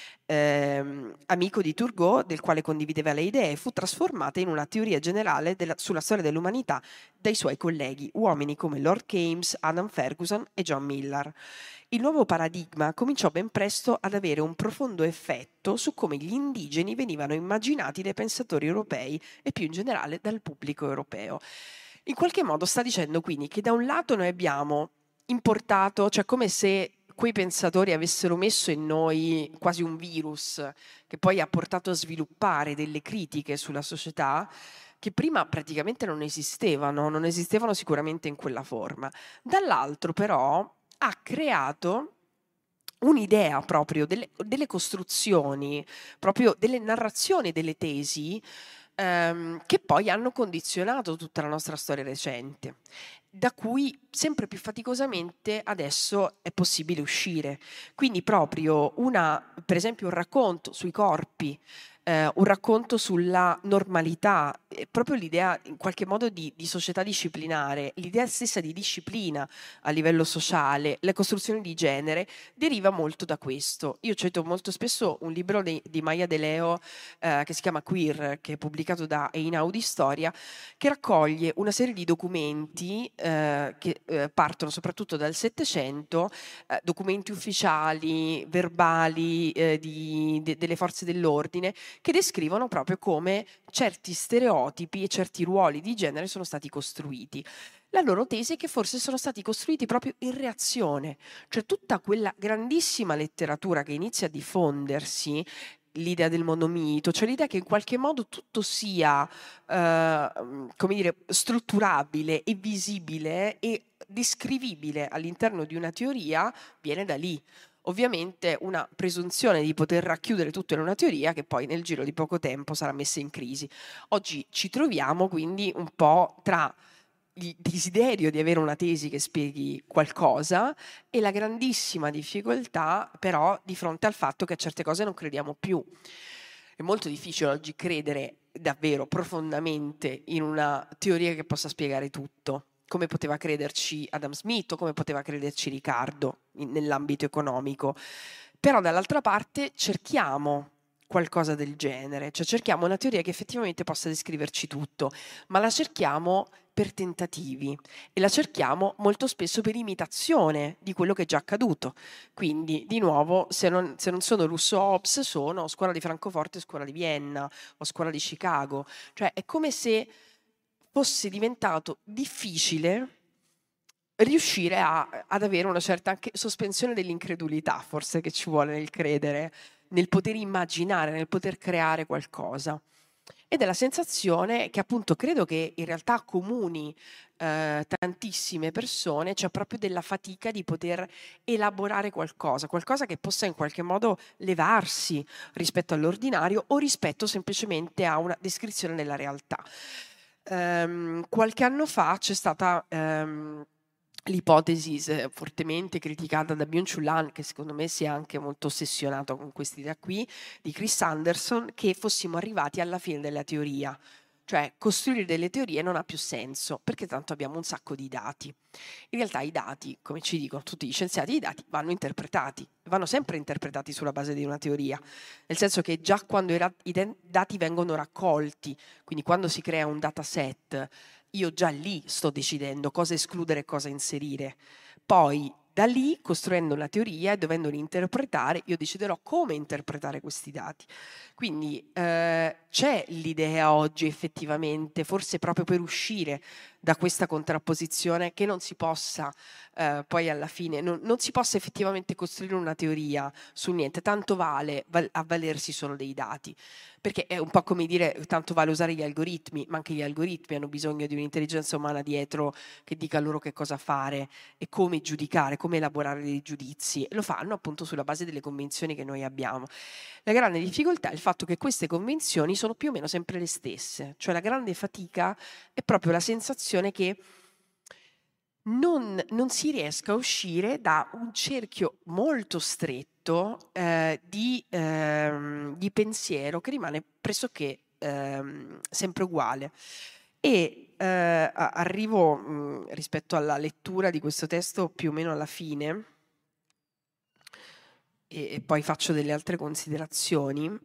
eh, amico di Turgot, del quale condivideva le idee, e fu trasformata in una teoria generale della, sulla storia dell'umanità dai suoi colleghi, uomini come Lord Keynes, Adam Ferguson e John Millar. Il nuovo paradigma cominciò ben presto ad avere un profondo effetto su come gli indigeni venivano immaginati dai pensatori europei e più in generale dal pubblico europeo. In qualche modo sta dicendo quindi che da un lato noi abbiamo importato, cioè come se quei pensatori avessero messo in noi quasi un virus che poi ha portato a sviluppare delle critiche sulla società che prima praticamente non esistevano, non esistevano sicuramente in quella forma. Dall'altro però ha creato un'idea proprio delle, delle costruzioni, proprio delle narrazioni, delle tesi ehm, che poi hanno condizionato tutta la nostra storia recente, da cui sempre più faticosamente adesso è possibile uscire. Quindi proprio una, per esempio un racconto sui corpi, eh, un racconto sulla normalità, eh, proprio l'idea in qualche modo di, di società disciplinare, l'idea stessa di disciplina a livello sociale, la costruzione di genere, deriva molto da questo. Io cito molto spesso un libro di, di Maya De Leo eh, che si chiama Queer, che è pubblicato da Einaudi Storia, che raccoglie una serie di documenti eh, che eh, partono soprattutto dal Settecento, eh, documenti ufficiali, verbali eh, di, de, delle forze dell'ordine, che descrivono proprio come certi stereotipi e certi ruoli di genere sono stati costruiti. La loro tesi è che forse sono stati costruiti proprio in reazione, cioè tutta quella grandissima letteratura che inizia a diffondersi l'idea del monomito, cioè l'idea che in qualche modo tutto sia eh, come dire, strutturabile e visibile e descrivibile all'interno di una teoria, viene da lì. Ovviamente una presunzione di poter racchiudere tutto in una teoria che poi nel giro di poco tempo sarà messa in crisi. Oggi ci troviamo quindi un po' tra il desiderio di avere una tesi che spieghi qualcosa e la grandissima difficoltà però di fronte al fatto che a certe cose non crediamo più. È molto difficile oggi credere davvero profondamente in una teoria che possa spiegare tutto, come poteva crederci Adam Smith o come poteva crederci Riccardo in, nell'ambito economico. Però dall'altra parte cerchiamo qualcosa del genere, cioè cerchiamo una teoria che effettivamente possa descriverci tutto, ma la cerchiamo per tentativi e la cerchiamo molto spesso per imitazione di quello che è già accaduto. Quindi, di nuovo, se non, se non sono Rousseau-Hobbes, sono scuola di Francoforte, scuola di Vienna o scuola di Chicago. Cioè è come se fosse diventato difficile riuscire a, ad avere una certa anche sospensione dell'incredulità, forse, che ci vuole nel credere, nel poter immaginare, nel poter creare qualcosa. Ed è la sensazione che appunto credo che in realtà accomuni eh, tantissime persone, cioè proprio della fatica di poter elaborare qualcosa, qualcosa che possa in qualche modo levarsi rispetto all'ordinario o rispetto semplicemente a una descrizione della realtà. Um, qualche anno fa c'è stata um, l'ipotesi eh, fortemente criticata da Byung-Chul Han, che secondo me si è anche molto ossessionato con questa idea qui, di Chris Anderson, che fossimo arrivati alla fine della teoria. Cioè costruire delle teorie non ha più senso, perché tanto abbiamo un sacco di dati. In realtà i dati, come ci dicono tutti gli scienziati, i dati vanno interpretati, vanno sempre interpretati sulla base di una teoria, nel senso che già quando i, ra- i de- dati vengono raccolti, quindi quando si crea un dataset, io già lì sto decidendo cosa escludere e cosa inserire. Poi da lì, costruendo una teoria e dovendoli interpretare, io deciderò come interpretare questi dati. Quindi eh, c'è l'idea oggi effettivamente, forse proprio per uscire da questa contrapposizione, che non si possa eh, poi alla fine, non, non si possa effettivamente costruire una teoria su niente, tanto vale val- avvalersi solo dei dati. Perché è un po' come dire tanto vale usare gli algoritmi, ma anche gli algoritmi hanno bisogno di un'intelligenza umana dietro che dica loro che cosa fare e come giudicare, come elaborare dei giudizi. E lo fanno appunto sulla base delle convenzioni che noi abbiamo. La grande difficoltà è il fatto che queste convenzioni sono più o meno sempre le stesse, cioè la grande fatica è proprio la sensazione che non, non si riesca a uscire da un cerchio molto stretto eh, di, ehm, di pensiero che rimane pressoché ehm, sempre uguale. E eh, arrivo mh, rispetto alla lettura di questo testo più o meno alla fine e, e poi faccio delle altre considerazioni.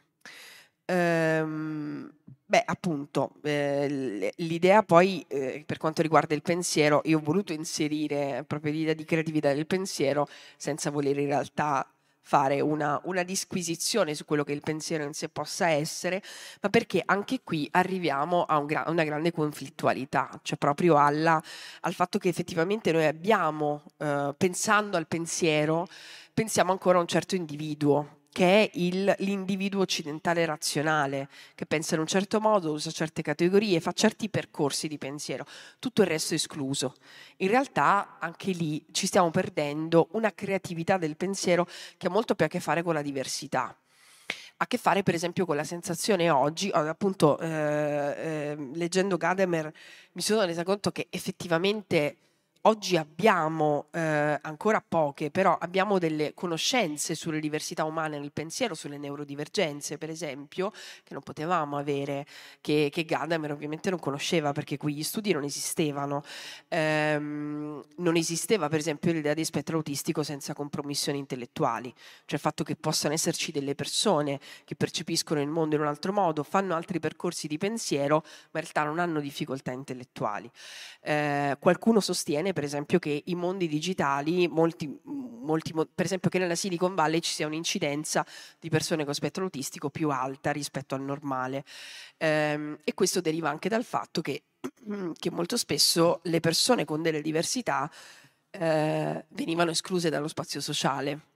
Ehm, beh, appunto, eh, l'idea poi eh, per quanto riguarda il pensiero, io ho voluto inserire proprio l'idea di creatività del pensiero senza voler in realtà fare una, una disquisizione su quello che il pensiero in sé possa essere, ma perché anche qui arriviamo a, un gra- a una grande conflittualità, cioè proprio alla, al fatto che effettivamente noi abbiamo, eh, pensando al pensiero, pensiamo ancora a un certo individuo, che è il, l'individuo occidentale razionale, che pensa in un certo modo, usa certe categorie, fa certi percorsi di pensiero, tutto il resto è escluso. In realtà anche lì ci stiamo perdendo una creatività del pensiero che ha molto più a che fare con la diversità. Ha a che fare per esempio con la sensazione oggi, appunto eh, eh, leggendo Gadamer mi sono resa conto che effettivamente oggi abbiamo eh, ancora poche, però abbiamo delle conoscenze sulle diversità umane nel pensiero, sulle neurodivergenze, per esempio, che non potevamo avere, che, che Gadamer ovviamente non conosceva perché quegli studi non esistevano. Ehm, non esisteva, per esempio, l'idea di spettro autistico senza compromissioni intellettuali, cioè il fatto che possano esserci delle persone che percepiscono il mondo in un altro modo, fanno altri percorsi di pensiero, ma in realtà non hanno difficoltà intellettuali. Eh, qualcuno sostiene per esempio che i mondi digitali, molti, molti, per esempio che nella Silicon Valley ci sia un'incidenza di persone con spettro autistico più alta rispetto al normale ehm, e questo deriva anche dal fatto che, che molto spesso le persone con delle diversità eh, venivano escluse dallo spazio sociale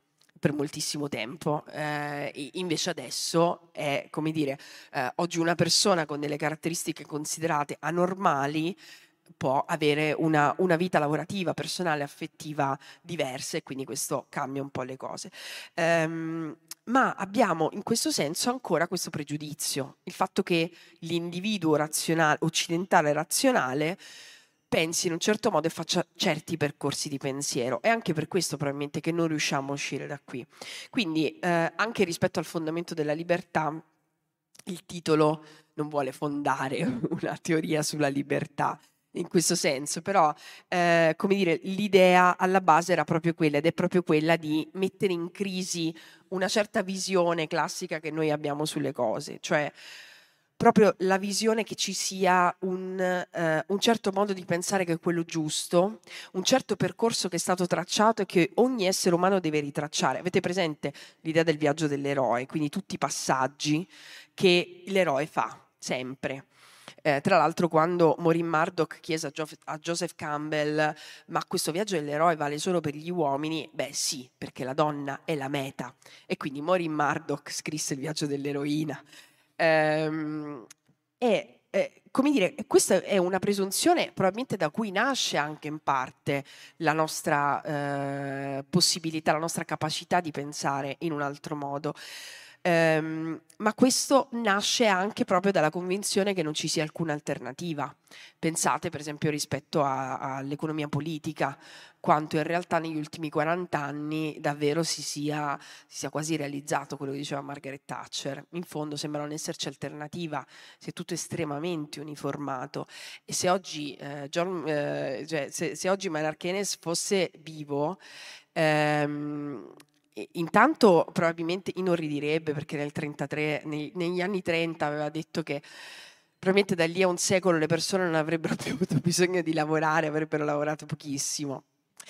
per moltissimo tempo. Eh, invece adesso è, come dire, eh, oggi una persona con delle caratteristiche considerate anormali può avere una, una vita lavorativa, personale, affettiva diversa, e quindi questo cambia un po' le cose. Um, ma abbiamo in questo senso ancora questo pregiudizio, il fatto che l'individuo razionale, occidentale razionale, pensi in un certo modo e faccia certi percorsi di pensiero. È anche per questo probabilmente che non riusciamo a uscire da qui. Quindi eh, anche rispetto al fondamento della libertà, il titolo non vuole fondare una teoria sulla libertà in questo senso, però eh, come dire, l'idea alla base era proprio quella, ed è proprio quella di mettere in crisi una certa visione classica che noi abbiamo sulle cose, cioè proprio la visione che ci sia un, eh, un certo modo di pensare che è quello giusto, un certo percorso che è stato tracciato e che ogni essere umano deve ritracciare. Avete presente l'idea del viaggio dell'eroe, quindi tutti i passaggi che l'eroe fa sempre. Eh, tra l'altro, quando Maureen Murdoch chiese a, jo- a Joseph Campbell: ma questo viaggio dell'eroe vale solo per gli uomini? Beh sì, perché la donna è la meta. E quindi Maureen Murdoch scrisse il viaggio dell'eroina. Ehm, e eh, come dire, questa è una presunzione probabilmente da cui nasce anche in parte la nostra eh, possibilità, la nostra capacità di pensare in un altro modo. Um, ma questo nasce anche proprio dalla convinzione che non ci sia alcuna alternativa. Pensate per esempio rispetto a, all'economia politica, quanto in realtà negli ultimi quaranta anni davvero si sia, si sia quasi realizzato quello che diceva Margaret Thatcher. In fondo sembra non esserci alternativa, si è tutto estremamente uniformato, e se oggi, eh, John, eh, cioè, se, se oggi Maynard Keynes fosse vivo, ehm, intanto probabilmente inorridirebbe, perché nel trentatré, nei, negli anni trenta aveva detto che probabilmente da lì a un secolo le persone non avrebbero più avuto bisogno di lavorare, avrebbero lavorato pochissimo.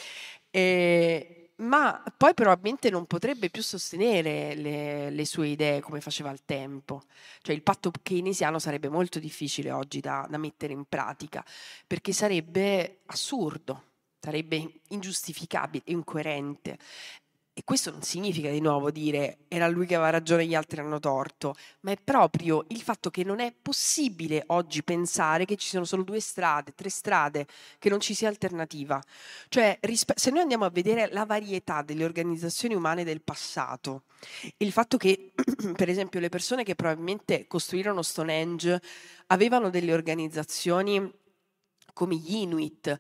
E, ma poi probabilmente non potrebbe più sostenere le, le sue idee come faceva al tempo. Cioè il patto keynesiano sarebbe molto difficile oggi da, da mettere in pratica, perché sarebbe assurdo, sarebbe ingiustificabile, incoerente. E questo non significa di nuovo dire era lui che aveva ragione e gli altri hanno torto, ma è proprio il fatto che non è possibile oggi pensare che ci siano solo due strade, tre strade, che non ci sia alternativa. Cioè, rispe- se noi andiamo a vedere la varietà delle organizzazioni umane del passato, il fatto che, per esempio, le persone che probabilmente costruirono Stonehenge avevano delle organizzazioni come gli Inuit,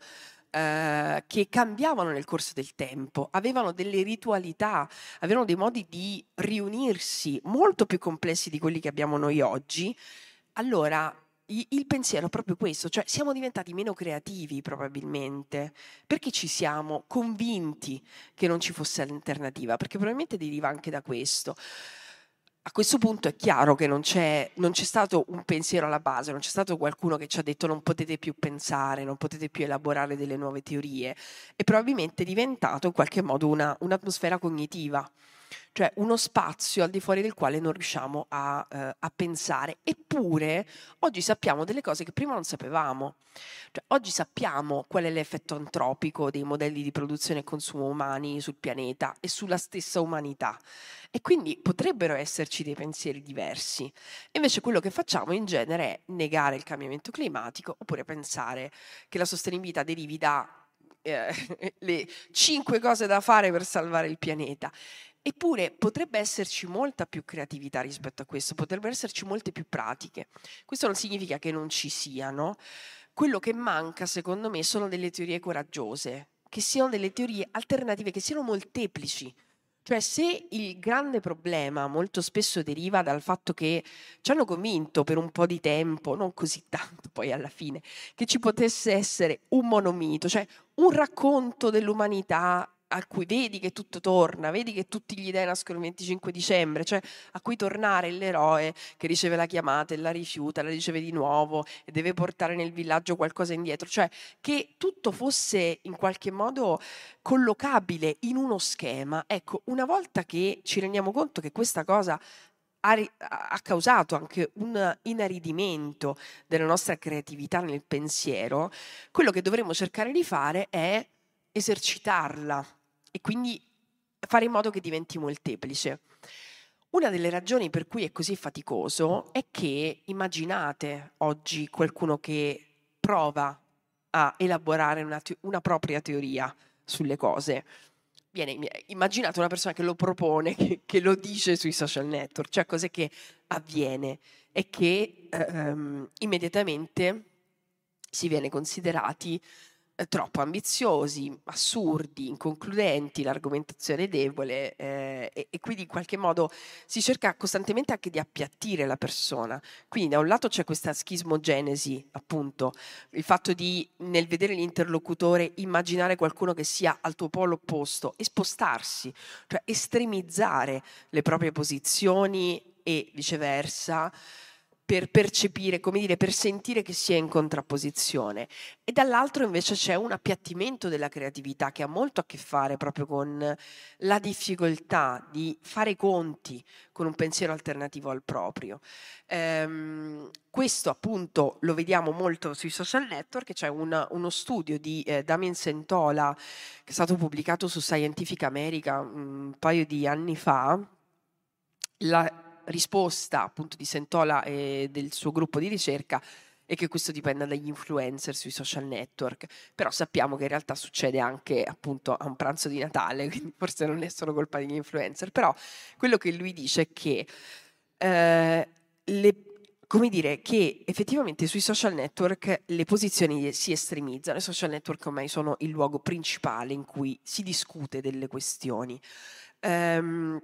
eh, che cambiavano nel corso del tempo, avevano delle ritualità, avevano dei modi di riunirsi molto più complessi di quelli che abbiamo noi oggi. Allora, i- il pensiero è proprio questo, cioè siamo diventati meno creativi probabilmente, perché ci siamo convinti che non ci fosse alternativa, perché probabilmente deriva anche da questo. A questo punto è chiaro che non c'è, non c'è stato un pensiero alla base, non c'è stato qualcuno che ci ha detto non potete più pensare, non potete più elaborare delle nuove teorie. È probabilmente diventato in qualche modo una, un'atmosfera cognitiva, cioè uno spazio al di fuori del quale non riusciamo a, eh, a pensare. Eppure oggi sappiamo delle cose che prima non sapevamo. Cioè, oggi sappiamo qual è l'effetto antropico dei modelli di produzione e consumo umani sul pianeta e sulla stessa umanità. E quindi potrebbero esserci dei pensieri diversi. Invece quello che facciamo in genere è negare il cambiamento climatico, oppure pensare che la sostenibilità derivi da eh, le cinque cose da fare per salvare il pianeta. Eppure potrebbe esserci molta più creatività rispetto a questo, potrebbero esserci molte più pratiche. Questo non significa che non ci siano. Quello che manca, secondo me, sono delle teorie coraggiose, che siano delle teorie alternative, che siano molteplici. Cioè, se il grande problema molto spesso deriva dal fatto che ci hanno convinto per un po' di tempo, non così tanto poi alla fine, che ci potesse essere un monomito, cioè un racconto dell'umanità a cui vedi che tutto torna, vedi che tutti gli dei nascono il venticinque dicembre, cioè a cui tornare l'eroe che riceve la chiamata e la rifiuta, la riceve di nuovo e deve portare nel villaggio qualcosa indietro, cioè che tutto fosse in qualche modo collocabile in uno schema. Ecco, una volta che ci rendiamo conto che questa cosa ha, ha causato anche un inaridimento della nostra creatività nel pensiero, quello che dovremmo cercare di fare è esercitarla e quindi fare in modo che diventi molteplice. Una delle ragioni per cui è così faticoso è che immaginate oggi qualcuno che prova a elaborare una, te- una propria teoria sulle cose. Viene immaginate una persona che lo propone, che, che lo dice sui social network, cioè cos'è che avviene? È che ehm, immediatamente si viene considerati eh, troppo ambiziosi, assurdi, inconcludenti, l'argomentazione è debole eh, e, e quindi in qualche modo si cerca costantemente anche di appiattire la persona. Quindi da un lato c'è questa schismogenesi, appunto, il fatto di nel vedere l'interlocutore immaginare qualcuno che sia al tuo polo opposto e spostarsi, cioè estremizzare le proprie posizioni e viceversa per percepire, come dire, per sentire che si è in contrapposizione. E dall'altro invece c'è un appiattimento della creatività che ha molto a che fare proprio con la difficoltà di fare i conti con un pensiero alternativo al proprio. Ehm, questo appunto lo vediamo molto sui social network. C'è una, uno studio di eh, Damien Sentola che è stato pubblicato su Scientific America un paio di anni fa. La risposta appunto di Sentola e del suo gruppo di ricerca è che questo dipenda dagli influencer sui social network, però sappiamo che in realtà succede anche appunto a un pranzo di Natale, quindi forse non è solo colpa degli influencer, però quello che lui dice è che eh, le come dire, che effettivamente sui social network le posizioni si estremizzano. I social network ormai sono il luogo principale in cui si discute delle questioni. Ehm,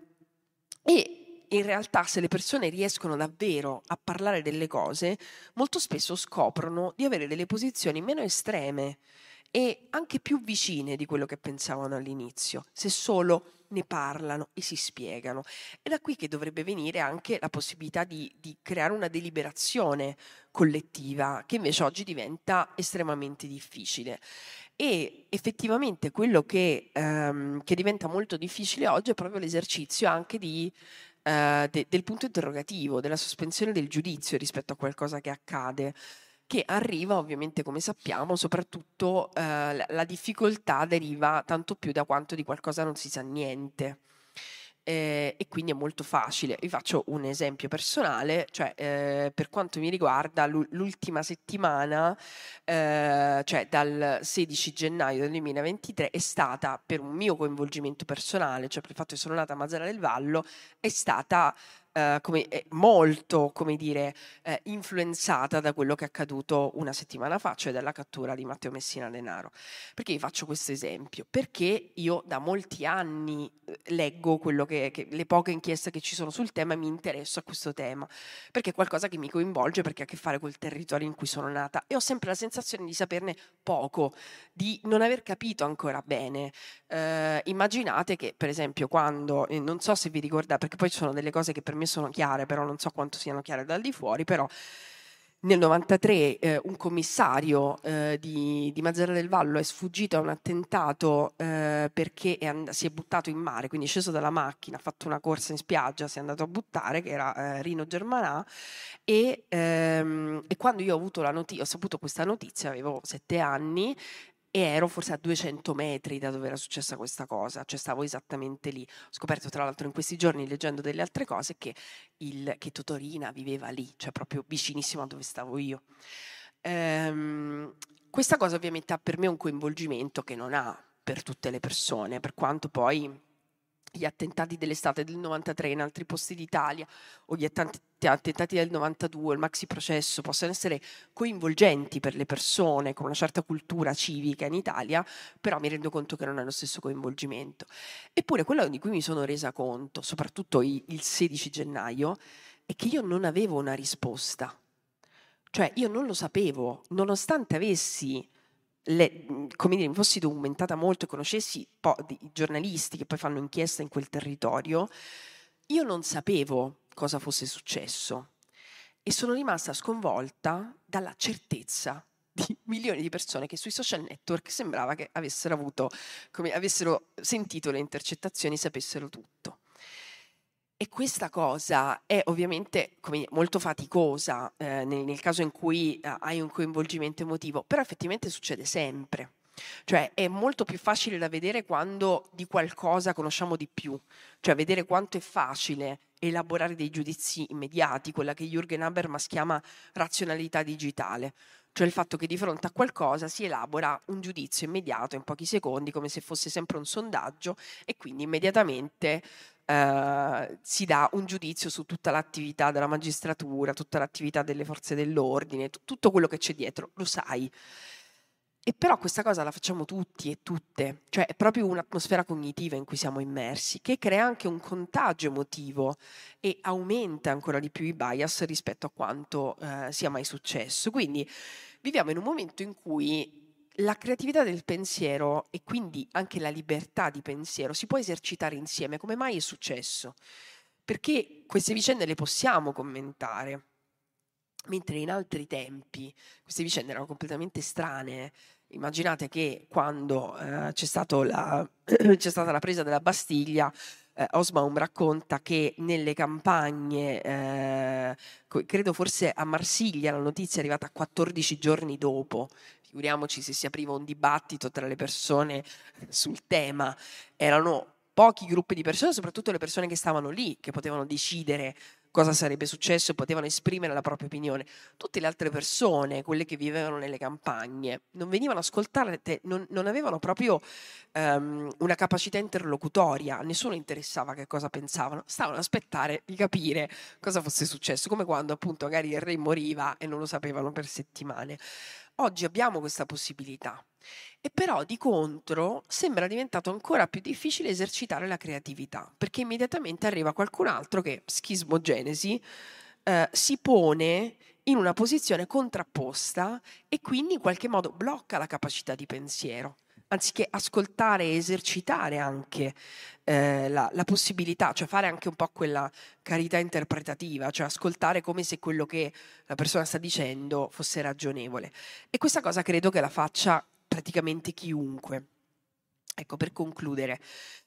e in realtà se le persone riescono davvero a parlare delle cose, molto spesso scoprono di avere delle posizioni meno estreme e anche più vicine di quello che pensavano all'inizio, se solo ne parlano e si spiegano. È da qui che dovrebbe venire anche la possibilità di, di creare una deliberazione collettiva, che invece oggi diventa estremamente difficile. E effettivamente quello che, ehm, che diventa molto difficile oggi è proprio l'esercizio anche di, eh, de- del punto interrogativo, della sospensione del giudizio rispetto a qualcosa che accade, che arriva ovviamente, come sappiamo, soprattutto eh, la, la difficoltà deriva tanto più da quanto di qualcosa non si sa niente. Eh, e quindi è molto facile. Vi faccio un esempio personale, cioè eh, per quanto mi riguarda l'u- l'ultima settimana, eh, cioè dal sedici gennaio del duemilaventitré, è stata per un mio coinvolgimento personale, cioè per il fatto che sono nata a Mazara del Vallo, è stata eh, come, eh, molto, come dire, eh, influenzata da quello che è accaduto una settimana fa, cioè dalla cattura di Matteo Messina Denaro. Perché vi faccio questo esempio? Perché io da molti anni eh, leggo quello che, che le poche inchieste che ci sono sul tema e mi interesso a questo tema, perché è qualcosa che mi coinvolge, perché ha a che fare col territorio in cui sono nata e ho sempre la sensazione di saperne poco, di non aver capito ancora bene. Eh, immaginate che per esempio quando, eh, non so se vi ricordate, perché poi ci sono delle cose che per me sono chiare, però non so quanto siano chiare dal di fuori, però nel novantatré eh, un commissario eh, di, di Mazara del Vallo è sfuggito a un attentato eh, perché è and- si è buttato in mare, quindi è sceso dalla macchina, ha fatto una corsa in spiaggia, si è andato a buttare, che era eh, Rino Germanà, e, ehm, e quando io ho avuto la notizia, ho saputo questa notizia, avevo sette anni, e ero forse a duecento metri da dove era successa questa cosa, cioè stavo esattamente lì. Ho scoperto tra l'altro in questi giorni, leggendo delle altre cose, che, il, che Totorina viveva lì, cioè proprio vicinissimo a dove stavo io. Ehm, questa cosa ovviamente ha per me un coinvolgimento che non ha per tutte le persone, per quanto poi gli attentati dell'estate del novantatré in altri posti d'Italia o gli attentati del novantadue, il maxi processo, possono essere coinvolgenti per le persone con una certa cultura civica in Italia, però mi rendo conto che non è lo stesso coinvolgimento. Eppure quello di cui mi sono resa conto, soprattutto il sedici gennaio, è che io non avevo una risposta. Cioè io non lo sapevo, nonostante avessi le, come dire, mi fossi documentata molto e conoscessi po- di giornalisti che poi fanno inchiesta in quel territorio, io non sapevo cosa fosse successo e sono rimasta sconvolta dalla certezza di milioni di persone che sui social network sembrava che avessero avuto, come avessero sentito le intercettazioni, sapessero tutto. E questa cosa è ovviamente come dire, molto faticosa eh, nel, nel caso in cui eh, hai un coinvolgimento emotivo, però effettivamente succede sempre. Cioè è molto più facile da vedere quando di qualcosa conosciamo di più, cioè vedere quanto è facile elaborare dei giudizi immediati, quella che Jürgen Habermas chiama razionalità digitale, cioè il fatto che di fronte a qualcosa si elabora un giudizio immediato in pochi secondi, come se fosse sempre un sondaggio, e quindi immediatamente eh, si dà un giudizio su tutta l'attività della magistratura, tutta l'attività delle forze dell'ordine, t- tutto quello che c'è dietro, lo sai. E però questa cosa la facciamo tutti e tutte, cioè è proprio un'atmosfera cognitiva in cui siamo immersi, che crea anche un contagio emotivo e aumenta ancora di più i bias rispetto a quanto eh, sia mai successo. Quindi viviamo in un momento in cui la creatività del pensiero e quindi anche la libertà di pensiero si può esercitare insieme. Come mai è successo? Perché queste vicende le possiamo commentare. Mentre in altri tempi queste vicende erano completamente estranee. Immaginate che quando eh, c'è, stato la, c'è stata la presa della Bastiglia, eh, Hobsbawm racconta che nelle campagne, eh, co- credo forse a Marsiglia, la notizia è arrivata quattordici giorni dopo. Figuriamoci se si apriva un dibattito tra le persone sul tema. Erano pochi gruppi di persone, soprattutto le persone che stavano lì, che potevano decidere cosa sarebbe successo e potevano esprimere la propria opinione. Tutte le altre persone, quelle che vivevano nelle campagne, non venivano ascoltate, non, non avevano proprio um, una capacità interlocutoria, a nessuno interessava che cosa pensavano, stavano ad aspettare di capire cosa fosse successo, come quando appunto magari il re moriva e non lo sapevano per settimane. Oggi abbiamo questa possibilità. E però di contro sembra diventato ancora più difficile esercitare la creatività, perché immediatamente arriva qualcun altro che, schismogenesi, eh, si pone in una posizione contrapposta e quindi in qualche modo blocca la capacità di pensiero, anziché ascoltare e esercitare anche eh, la, la possibilità, cioè fare anche un po' quella carità interpretativa, cioè ascoltare come se quello che la persona sta dicendo fosse ragionevole. E questa cosa credo che la faccia praticamente chiunque. Ecco, per concludere,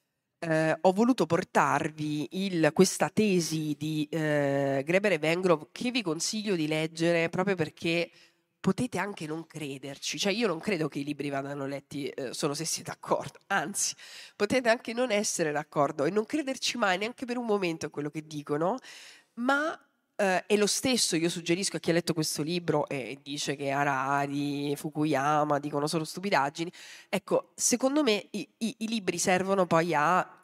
eh, ho voluto portarvi il, questa tesi di eh, Greber e Vengrov che vi consiglio di leggere proprio perché potete anche non crederci, cioè io non credo che i libri vadano letti eh, solo se siete d'accordo, anzi potete anche non essere d'accordo e non crederci mai neanche per un momento a quello che dicono, ma eh, è lo stesso, io suggerisco a chi ha letto questo libro e dice che Harari, Fukuyama dicono solo stupidaggini, ecco, secondo me i, i, i libri servono poi a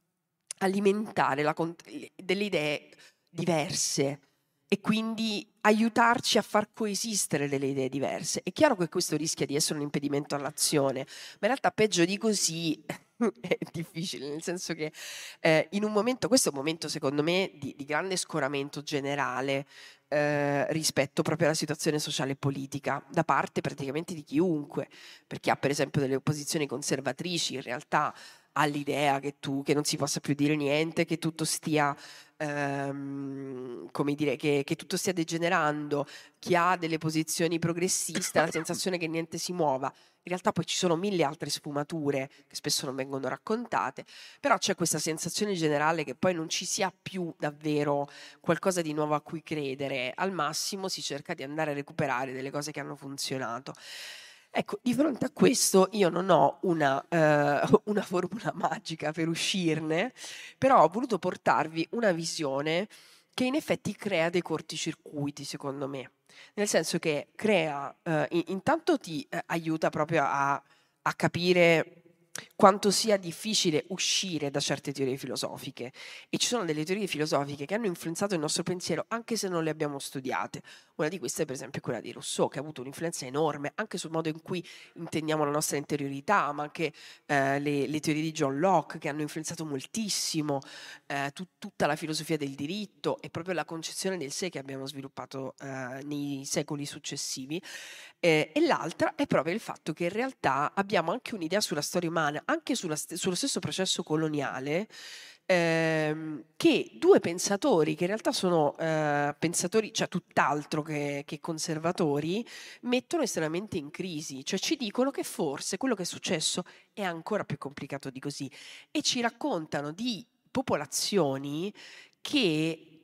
alimentare la, delle idee diverse e quindi aiutarci a far coesistere delle idee diverse. È chiaro che questo rischia di essere un impedimento all'azione, ma in realtà peggio di così è difficile, nel senso che eh, in un momento, questo è un momento secondo me di, di grande scoramento generale eh, rispetto proprio alla situazione sociale e politica da parte praticamente di chiunque, per chi ha per esempio delle opposizioni conservatrici in realtà ha l'idea che tu che non si possa più dire niente, che tutto stia ehm, come dire, che, che tutto stia degenerando, chi ha delle posizioni progressiste ha la sensazione che niente si muova. In realtà poi ci sono mille altre sfumature che spesso non vengono raccontate, però c'è questa sensazione generale che poi non ci sia più davvero qualcosa di nuovo a cui credere, al massimo si cerca di andare a recuperare delle cose che hanno funzionato. Ecco, di fronte a questo io non ho una, eh, una formula magica per uscirne, però ho voluto portarvi una visione che in effetti crea dei corticircuiti, secondo me. Nel senso che crea, eh, intanto ti eh, aiuta proprio a, a capire quanto sia difficile uscire da certe teorie filosofiche. E ci sono delle teorie filosofiche che hanno influenzato il nostro pensiero anche se non le abbiamo studiate. Una di queste, per esempio, è quella di Rousseau, che ha avuto un'influenza enorme anche sul modo in cui intendiamo la nostra interiorità, ma anche eh, le, le teorie di John Locke, che hanno influenzato moltissimo eh, tut- tutta la filosofia del diritto e proprio la concezione del sé che abbiamo sviluppato eh, nei secoli successivi. Eh, e l'altra è proprio il fatto che in realtà abbiamo anche un'idea sulla storia umana, anche sulla st- sullo stesso processo coloniale, ehm, che due pensatori, che in realtà sono eh, pensatori, cioè tutt'altro che, che conservatori, mettono estremamente in crisi, cioè ci dicono che forse quello che è successo è ancora più complicato di così e ci raccontano di popolazioni che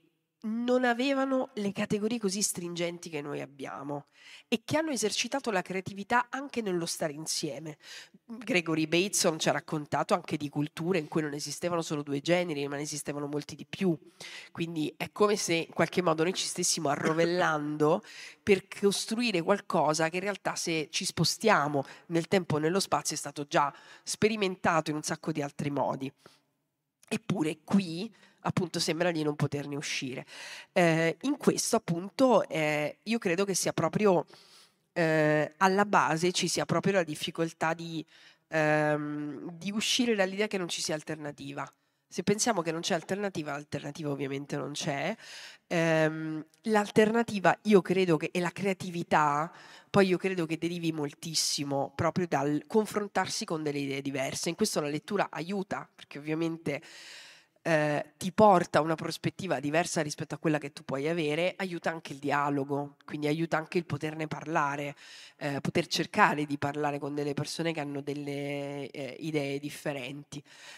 non avevano le categorie così stringenti che noi abbiamo e che hanno esercitato la creatività anche nello stare insieme. Gregory Bateson ci ha raccontato anche di culture in cui non esistevano solo due generi, ma ne esistevano molti di più. Quindi è come se in qualche modo noi ci stessimo arrovellando per costruire qualcosa che in realtà, se ci spostiamo nel tempo e nello spazio, è stato già sperimentato in un sacco di altri modi. Eppure qui appunto sembra di non poterne uscire. Eh, in questo appunto eh, io credo che sia proprio eh, alla base ci sia proprio la difficoltà di, ehm, di uscire dall'idea che non ci sia alternativa. Se pensiamo che non c'è alternativa, l'alternativa ovviamente non c'è. Ehm, l'alternativa io credo che, e la creatività, poi io credo che derivi moltissimo proprio dal confrontarsi con delle idee diverse. In questo la lettura aiuta, perché ovviamente eh, ti porta a una prospettiva diversa rispetto a quella che tu puoi avere, aiuta anche il dialogo, quindi aiuta anche il poterne parlare, eh, poter cercare di parlare con delle persone che hanno delle eh, idee differenti.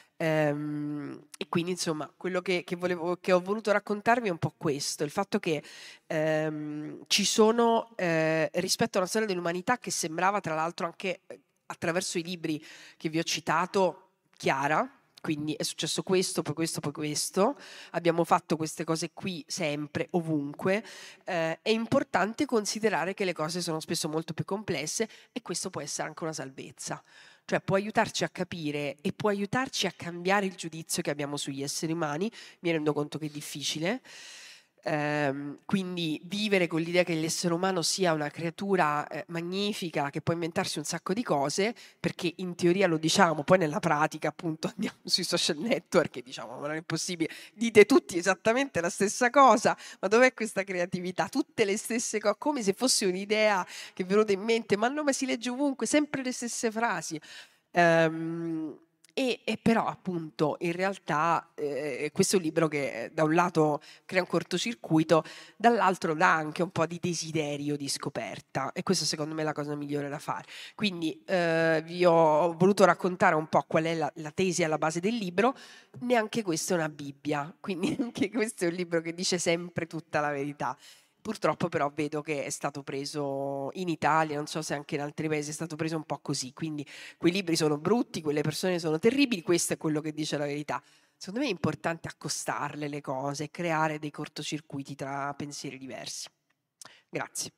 Ehm, e quindi insomma quello che, che, volevo, che ho voluto raccontarvi è un po' questo, il fatto che ehm, ci sono eh, rispetto a una storia dell'umanità che sembrava tra l'altro anche eh, attraverso i libri che vi ho citato chiara, quindi è successo questo, poi questo, poi questo, abbiamo fatto queste cose qui sempre, ovunque, eh, è importante considerare che le cose sono spesso molto più complesse e questo può essere anche una salvezza. Cioè può aiutarci a capire e può aiutarci a cambiare il giudizio che abbiamo sugli esseri umani. Mi rendo conto che è difficile. Ehm, quindi vivere con l'idea che l'essere umano sia una creatura eh, magnifica che può inventarsi un sacco di cose, perché in teoria lo diciamo, poi nella pratica appunto andiamo sui social network e diciamo ma non è possibile, dite tutti esattamente la stessa cosa, ma dov'è questa creatività? Tutte le stesse cose, come se fosse un'idea che è venuta in mente, ma no, ma si legge ovunque, sempre le stesse frasi. Um, e, e però appunto in realtà eh, questo è un libro che da un lato crea un cortocircuito, dall'altro dà anche un po' di desiderio di scoperta e questa secondo me è la cosa migliore da fare. Quindi eh, vi ho voluto raccontare un po' qual è la, la tesi alla base del libro, neanche questa è una Bibbia, quindi anche questo è un libro che dice sempre tutta la verità. Purtroppo però vedo che è stato preso in Italia, non so se anche in altri paesi è stato preso un po' così, quindi quei libri sono brutti, quelle persone sono terribili, questo è quello che dice la verità. Secondo me è importante accostarle le cose, creare dei cortocircuiti tra pensieri diversi. Grazie.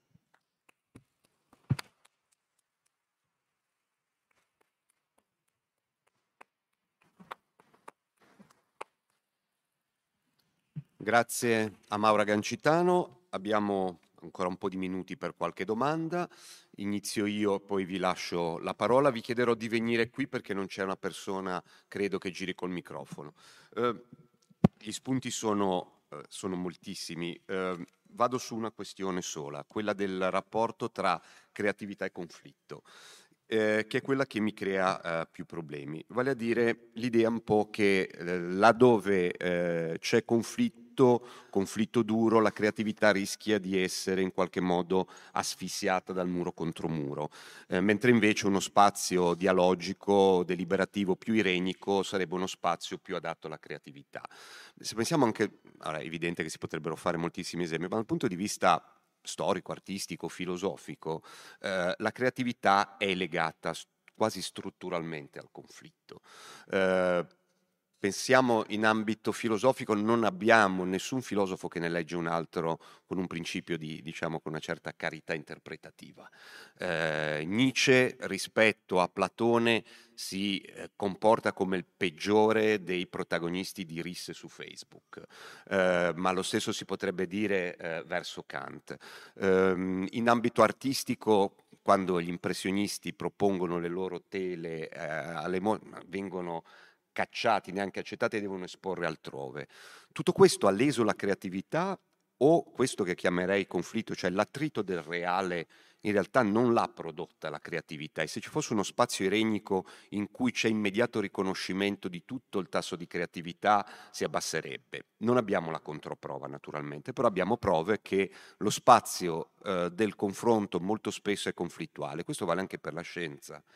Grazie a Maura Gancitano. Abbiamo ancora un po' di minuti per qualche domanda. Inizio io, poi vi lascio la parola. Vi chiederò di venire qui perché non c'è una persona, credo, che giri col microfono. Eh, gli spunti sono, eh, sono moltissimi. Eh, vado su una questione sola, quella del rapporto tra creatività e conflitto. Eh, che è quella che mi crea eh, più problemi, vale a dire l'idea un po' che eh, laddove eh, c'è conflitto, conflitto duro, la creatività rischia di essere in qualche modo asfissiata dal muro contro muro, eh, mentre invece uno spazio dialogico, deliberativo, più irenico sarebbe uno spazio più adatto alla creatività. Se pensiamo anche, allora, è evidente che si potrebbero fare moltissimi esempi, ma dal punto di vista storico, artistico, filosofico, eh, la creatività è legata quasi strutturalmente al conflitto. Eh, pensiamo in ambito filosofico, non abbiamo nessun filosofo che ne legge un altro con un principio di, diciamo, con una certa carità interpretativa. Eh, Nietzsche rispetto a Platone si eh, comporta come il peggiore dei protagonisti di risse su Facebook, eh, ma lo stesso si potrebbe dire eh, verso Kant. Eh, in ambito artistico, quando gli impressionisti propongono le loro tele, eh, alle mo- vengono cacciati, neanche accettati e devono esporre altrove. Tutto questo ha leso la creatività o questo che chiamerei conflitto, cioè l'attrito del reale, in realtà non l'ha prodotta la creatività, e se ci fosse uno spazio irenico in cui c'è immediato riconoscimento di tutto, il tasso di creatività si abbasserebbe. Non abbiamo la controprova naturalmente, però abbiamo prove che lo spazio eh, del confronto molto spesso è conflittuale. Questo vale anche per la scienza.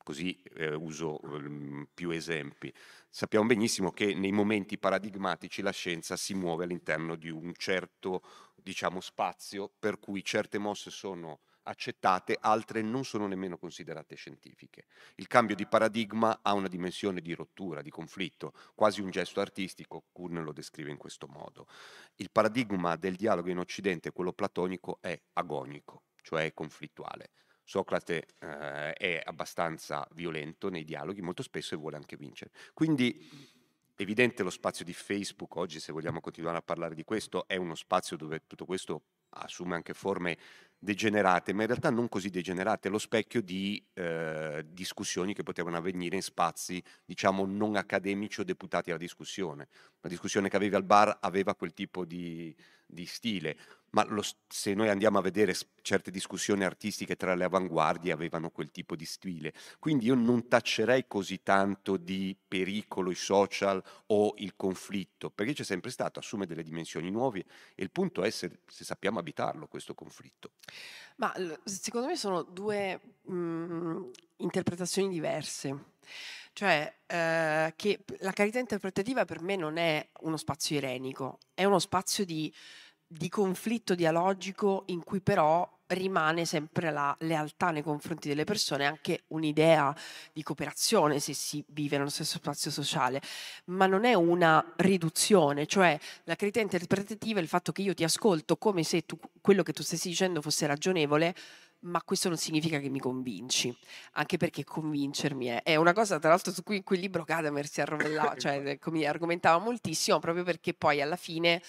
così eh, uso um, più esempi. Sappiamo benissimo che nei momenti paradigmatici la scienza si muove all'interno di un certo, diciamo, spazio per cui certe mosse sono accettate, altre non sono nemmeno considerate scientifiche. Il cambio di paradigma ha una dimensione di rottura, di conflitto, quasi un gesto artistico. Kuhn lo descrive in questo modo. Il paradigma del dialogo in Occidente, quello platonico, è agonico, cioè è conflittuale. Socrate eh, è abbastanza violento nei dialoghi, molto spesso, e vuole anche vincere. Quindi evidente lo spazio di Facebook oggi, se vogliamo continuare a parlare di questo, è uno spazio dove tutto questo assume anche forme degenerate, ma in realtà non così degenerate, è lo specchio di eh, discussioni che potevano avvenire in spazi, diciamo, non accademici o deputati alla discussione. La discussione che avevi al bar aveva quel tipo di, di stile, ma lo, se noi andiamo a vedere certe discussioni artistiche tra le avanguardie avevano quel tipo di stile. Quindi io non taccerei così tanto di pericolo i social o il conflitto, perché c'è sempre stato, assume delle dimensioni nuove e il punto è se, se sappiamo abitarlo questo conflitto. Ma secondo me sono due mh, interpretazioni diverse. Cioè, eh, che la carità interpretativa per me non è uno spazio irenico, è uno spazio di, di conflitto dialogico in cui però rimane sempre la lealtà nei confronti delle persone, anche un'idea di cooperazione se si vive nello stesso spazio sociale, ma non è una riduzione. Cioè la carità interpretativa è il fatto che io ti ascolto come se tu, quello che tu stessi dicendo fosse ragionevole, ma questo non significa che mi convinci, anche perché convincermi è, è una cosa, tra l'altro, su cui in quel libro Gadamer si arrovellava, cioè come argomentava moltissimo, proprio perché poi alla fine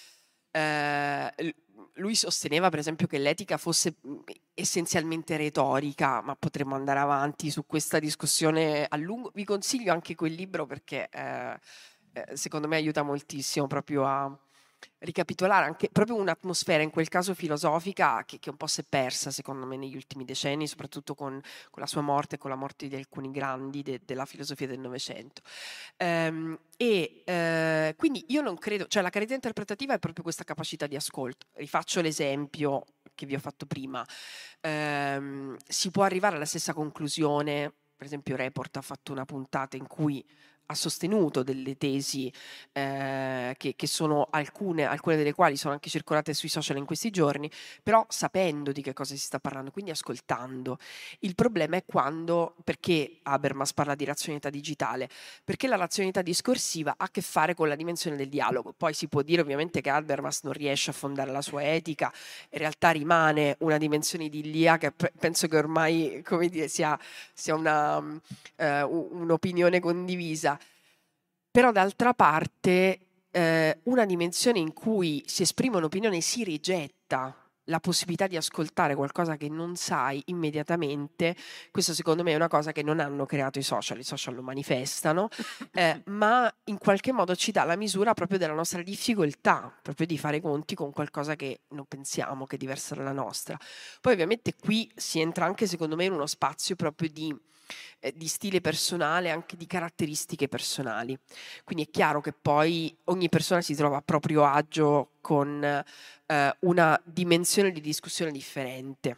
eh, lui sosteneva per esempio che l'etica fosse essenzialmente retorica, ma potremmo andare avanti su questa discussione a lungo. Vi consiglio anche quel libro perché eh, eh, secondo me aiuta moltissimo proprio a ricapitolare anche proprio un'atmosfera, in quel caso filosofica, che, che un po' si è persa secondo me negli ultimi decenni, soprattutto con, con la sua morte, con la morte di alcuni grandi de, della filosofia del Novecento. Ehm, e eh, quindi io non credo, cioè la carità interpretativa è proprio questa capacità di ascolto. Rifaccio l'esempio che vi ho fatto prima. Ehm, si può arrivare alla stessa conclusione, per esempio Report ha fatto una puntata in cui ha sostenuto delle tesi eh, che, che sono alcune, alcune delle quali sono anche circolate sui social in questi giorni, però sapendo di che cosa si sta parlando, quindi ascoltando. Il problema è quando, perché Habermas parla di razionalità digitale? Perché la razionalità discorsiva ha a che fare con la dimensione del dialogo. Poi si può dire ovviamente che Habermas non riesce a fondare la sua etica, in realtà rimane una dimensione idilliaca, che penso che ormai, come dire, sia, sia una, uh, un'opinione condivisa. Però d'altra parte eh, una dimensione in cui si esprime un'opinione, si rigetta la possibilità di ascoltare qualcosa che non sai immediatamente. Questo secondo me è una cosa che non hanno creato i social, i social lo manifestano, eh, ma in qualche modo ci dà la misura proprio della nostra difficoltà, proprio di fare conti con qualcosa che non pensiamo che è diversa dalla nostra. Poi ovviamente qui si entra anche secondo me in uno spazio proprio di di stile personale, anche di caratteristiche personali. Quindi è chiaro che poi ogni persona si trova a proprio agio con eh, una dimensione di discussione differente.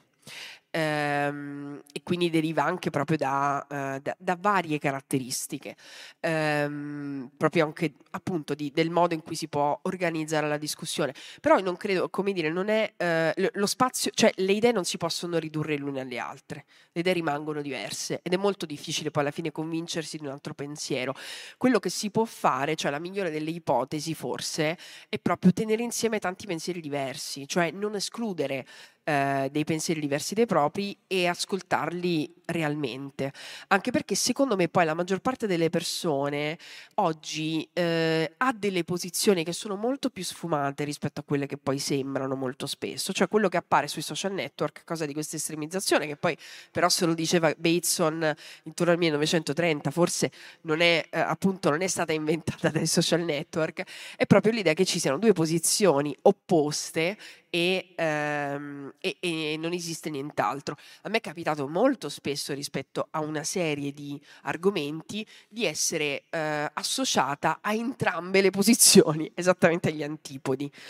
Ehm, e quindi deriva anche proprio da, uh, da, da varie caratteristiche, ehm, proprio anche appunto di, del modo in cui si può organizzare la discussione. Però io non credo, come dire, non è uh, lo spazio, cioè le idee non si possono ridurre l'une alle altre, le idee rimangono diverse ed è molto difficile poi alla fine convincersi di un altro pensiero. Quello che si può fare, cioè la migliore delle ipotesi forse, è proprio tenere insieme tanti pensieri diversi, cioè non escludere Eh, dei pensieri diversi dai propri e ascoltarli realmente, anche perché secondo me poi la maggior parte delle persone oggi eh, ha delle posizioni che sono molto più sfumate rispetto a quelle che poi sembrano molto spesso, cioè quello che appare sui social network, cosa di questa estremizzazione che poi però se lo diceva Bateson intorno al millenovecentotrenta, forse non è eh, appunto non è stata inventata dai social network, è proprio l'idea che ci siano due posizioni opposte E, ehm, e, e non esiste nient'altro. A me è capitato molto spesso rispetto a una serie di argomenti di essere eh, associata a entrambe le posizioni, esattamente agli antipodi.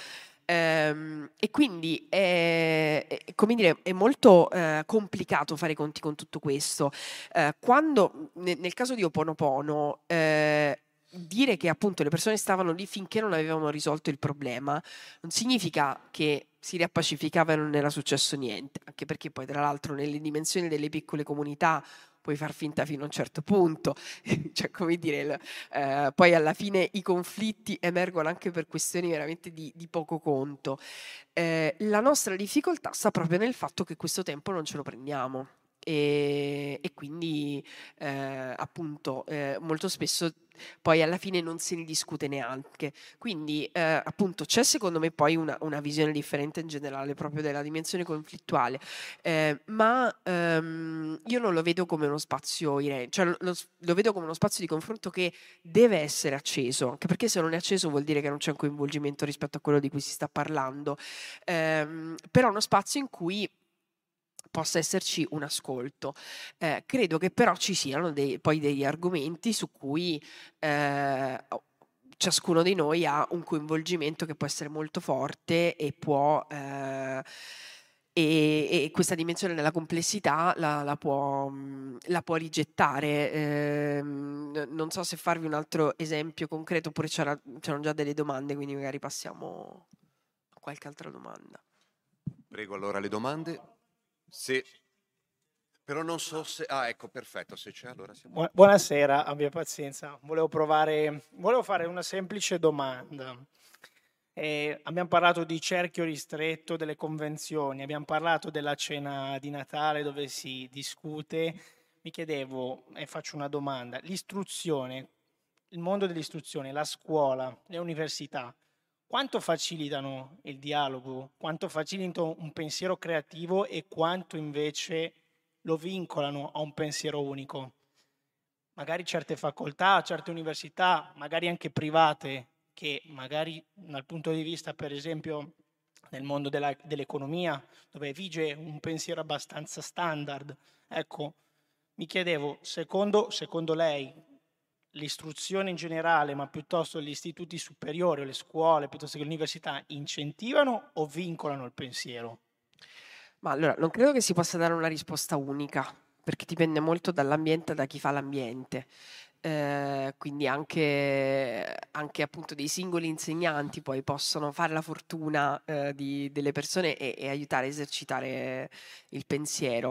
Ehm, e quindi è, è- come dire, è molto eh, complicato fare i conti con tutto questo. Eh, quando ne- nel caso di Ho Oponopono, eh, dire che appunto le persone stavano lì finché non avevano risolto il problema non significa che si riappacificava e non era successo niente, anche perché poi tra l'altro nelle dimensioni delle piccole comunità puoi far finta fino a un certo punto, cioè come dire, il- eh, poi alla fine i conflitti emergono anche per questioni veramente di, di poco conto. Eh, la nostra difficoltà sta proprio nel fatto che questo tempo non ce lo prendiamo. E, e quindi eh, appunto eh, molto spesso poi alla fine non se ne discute neanche. Quindi eh, appunto c'è secondo me poi una, una visione differente in generale proprio della dimensione conflittuale, eh, ma ehm, io non lo vedo come uno spazio ire- cioè lo, lo vedo come uno spazio di confronto che deve essere acceso, anche perché se non è acceso vuol dire che non c'è un coinvolgimento rispetto a quello di cui si sta parlando, ehm, però uno spazio in cui possa esserci un ascolto. Eh, credo che però ci siano dei, poi degli argomenti su cui eh, ciascuno di noi ha un coinvolgimento che può essere molto forte e può... eh, e, e questa dimensione della complessità la, la può, mh, la può rigettare. Ehm, non so se farvi un altro esempio concreto, oppure c'era- c'erano già delle domande, quindi magari passiamo a qualche altra domanda. Prego allora le domande. Se... Però non so se... Ah, ecco, perfetto, se c'è allora siamo... Bu- Buonasera, abbia pazienza. Volevo provare, volevo fare una semplice domanda. Eh, abbiamo parlato di cerchio ristretto delle convenzioni, abbiamo parlato della cena di Natale dove si discute. Mi chiedevo, e faccio una domanda, l'istruzione, il mondo dell'istruzione, la scuola, le università, quanto facilitano il dialogo, quanto facilitano un pensiero creativo e quanto invece lo vincolano a un pensiero unico? Magari certe facoltà, certe università, magari anche private, che magari dal punto di vista, per esempio, nel mondo della- dell'economia, dove vige un pensiero abbastanza standard. Ecco, mi chiedevo, secondo, secondo lei, l'istruzione in generale, ma piuttosto gli istituti superiori o le scuole, piuttosto che le università, incentivano o vincolano il pensiero? Ma allora, non credo che si possa dare una risposta unica, perché dipende molto dall'ambiente e da chi fa l'ambiente. Eh, quindi anche, anche appunto dei singoli insegnanti poi possono fare la fortuna eh, di- delle persone e, e aiutare a esercitare il pensiero.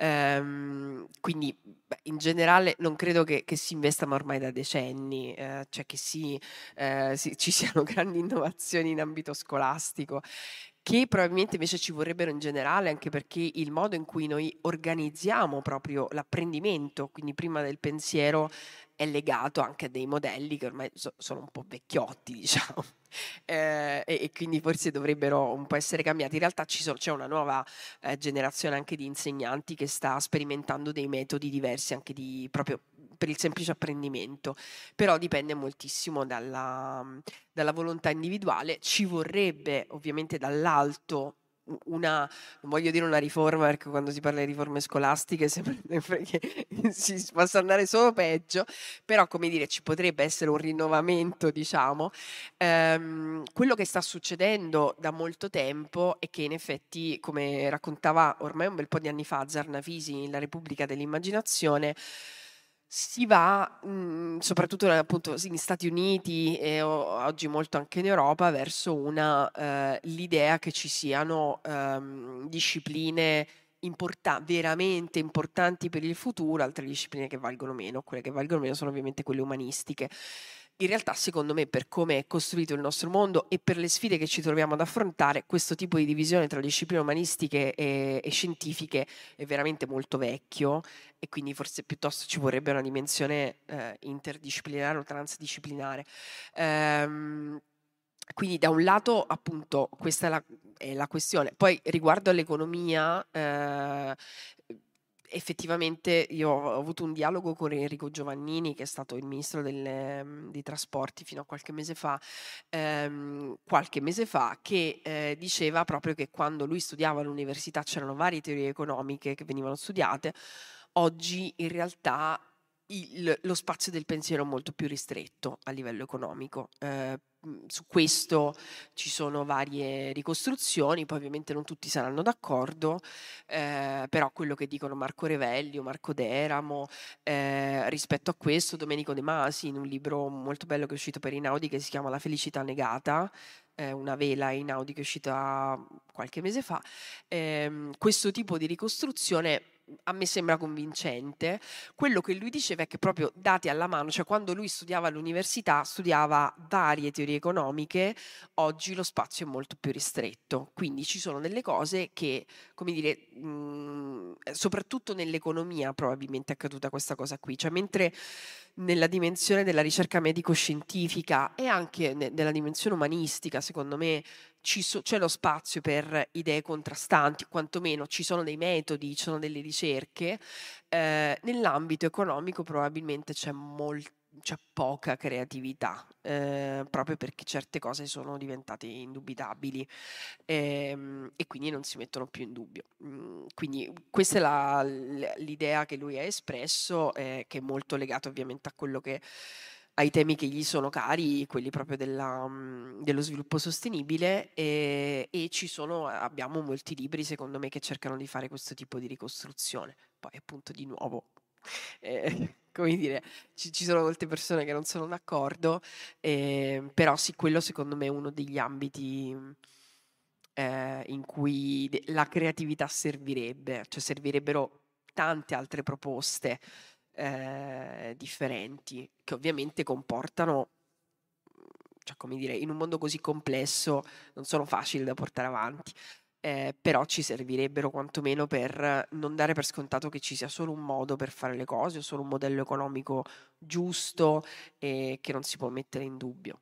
Ehm, quindi beh, in generale non credo che, che si investa ma ormai da decenni, eh, cioè che si, eh, si- ci siano grandi innovazioni in ambito scolastico che probabilmente invece ci vorrebbero in generale, anche perché il modo in cui noi organizziamo proprio l'apprendimento, quindi prima del pensiero, è legato anche a dei modelli che ormai so- sono un po' vecchiotti, diciamo. Eh, e, e quindi forse dovrebbero un po' essere cambiati. In realtà ci sono- c'è una nuova eh, generazione anche di insegnanti che sta sperimentando dei metodi diversi anche di, proprio per il semplice apprendimento, però dipende moltissimo dalla, dalla volontà individuale. Ci vorrebbe ovviamente dall'alto u- una, non voglio dire una riforma perché quando si parla di riforme scolastiche sembra che si possa andare solo peggio, però come dire ci potrebbe essere un rinnovamento, diciamo. Ehm, quello che sta succedendo da molto tempo è che in effetti, come raccontava ormai un bel po' di anni fa Zarnavisi in La Repubblica dell'Immaginazione, si va, mh, soprattutto appunto negli Stati Uniti e o- oggi molto anche in Europa, verso una, eh, l'idea che ci siano ehm, discipline importa- veramente importanti per il futuro, altre discipline che valgono meno. Quelle che valgono meno sono ovviamente quelle umanistiche. In realtà, secondo me, per come è costruito il nostro mondo e per le sfide che ci troviamo ad affrontare, questo tipo di divisione tra discipline umanistiche e, e scientifiche è veramente molto vecchio e quindi forse piuttosto ci vorrebbe una dimensione eh, interdisciplinare o transdisciplinare. Ehm, quindi da un lato appunto questa è la, è la questione. Poi riguardo all'economia, eh, effettivamente io ho avuto un dialogo con Enrico Giovannini, che è stato il ministro delle, mm, dei trasporti fino a qualche mese fa, ehm, qualche mese fa, che eh, diceva proprio che quando lui studiava all'università c'erano varie teorie economiche che venivano studiate. Oggi in realtà il, lo spazio del pensiero è molto più ristretto a livello economico. Eh, su questo ci sono varie ricostruzioni, poi ovviamente non tutti saranno d'accordo, eh, però quello che dicono Marco Revelli o Marco Deramo, eh, rispetto a questo Domenico De Masi, in un libro molto bello che è uscito per Einaudi che si chiama La felicità negata, eh, una vela Einaudi che è uscita qualche mese fa, ehm, questo tipo di ricostruzione a me sembra convincente. Quello che lui diceva è che proprio dati alla mano, cioè quando lui studiava all'università, studiava varie teorie economiche, oggi lo spazio è molto più ristretto, quindi ci sono delle cose che, come dire, mh, soprattutto nell'economia probabilmente è accaduta questa cosa qui, cioè mentre nella dimensione della ricerca medico-scientifica e anche ne- nella dimensione umanistica, secondo me, ci so- c'è lo spazio per idee contrastanti, quantomeno ci sono dei metodi, ci sono delle ricerche. Eh, nell'ambito economico probabilmente c'è, mol- c'è poca creatività, eh, proprio perché certe cose sono diventate indubitabili, ehm, e quindi non si mettono più in dubbio. Mm, quindi questa è la- l- l'idea che lui ha espresso, eh, che è molto legata ovviamente a quello che ai temi che gli sono cari, quelli proprio della, mh, dello sviluppo sostenibile, e, e ci sono, abbiamo molti libri secondo me che cercano di fare questo tipo di ricostruzione. Poi appunto di nuovo, eh, come dire, ci, ci sono molte persone che non sono d'accordo, eh, però sì, quello secondo me è uno degli ambiti eh, in cui de- la creatività servirebbe, cioè servirebbero tante altre proposte eh, differenti, che ovviamente comportano, cioè come dire, in un mondo così complesso non sono facili da portare avanti, eh, però ci servirebbero quantomeno per non dare per scontato che ci sia solo un modo per fare le cose o solo un modello economico giusto e che non si può mettere in dubbio.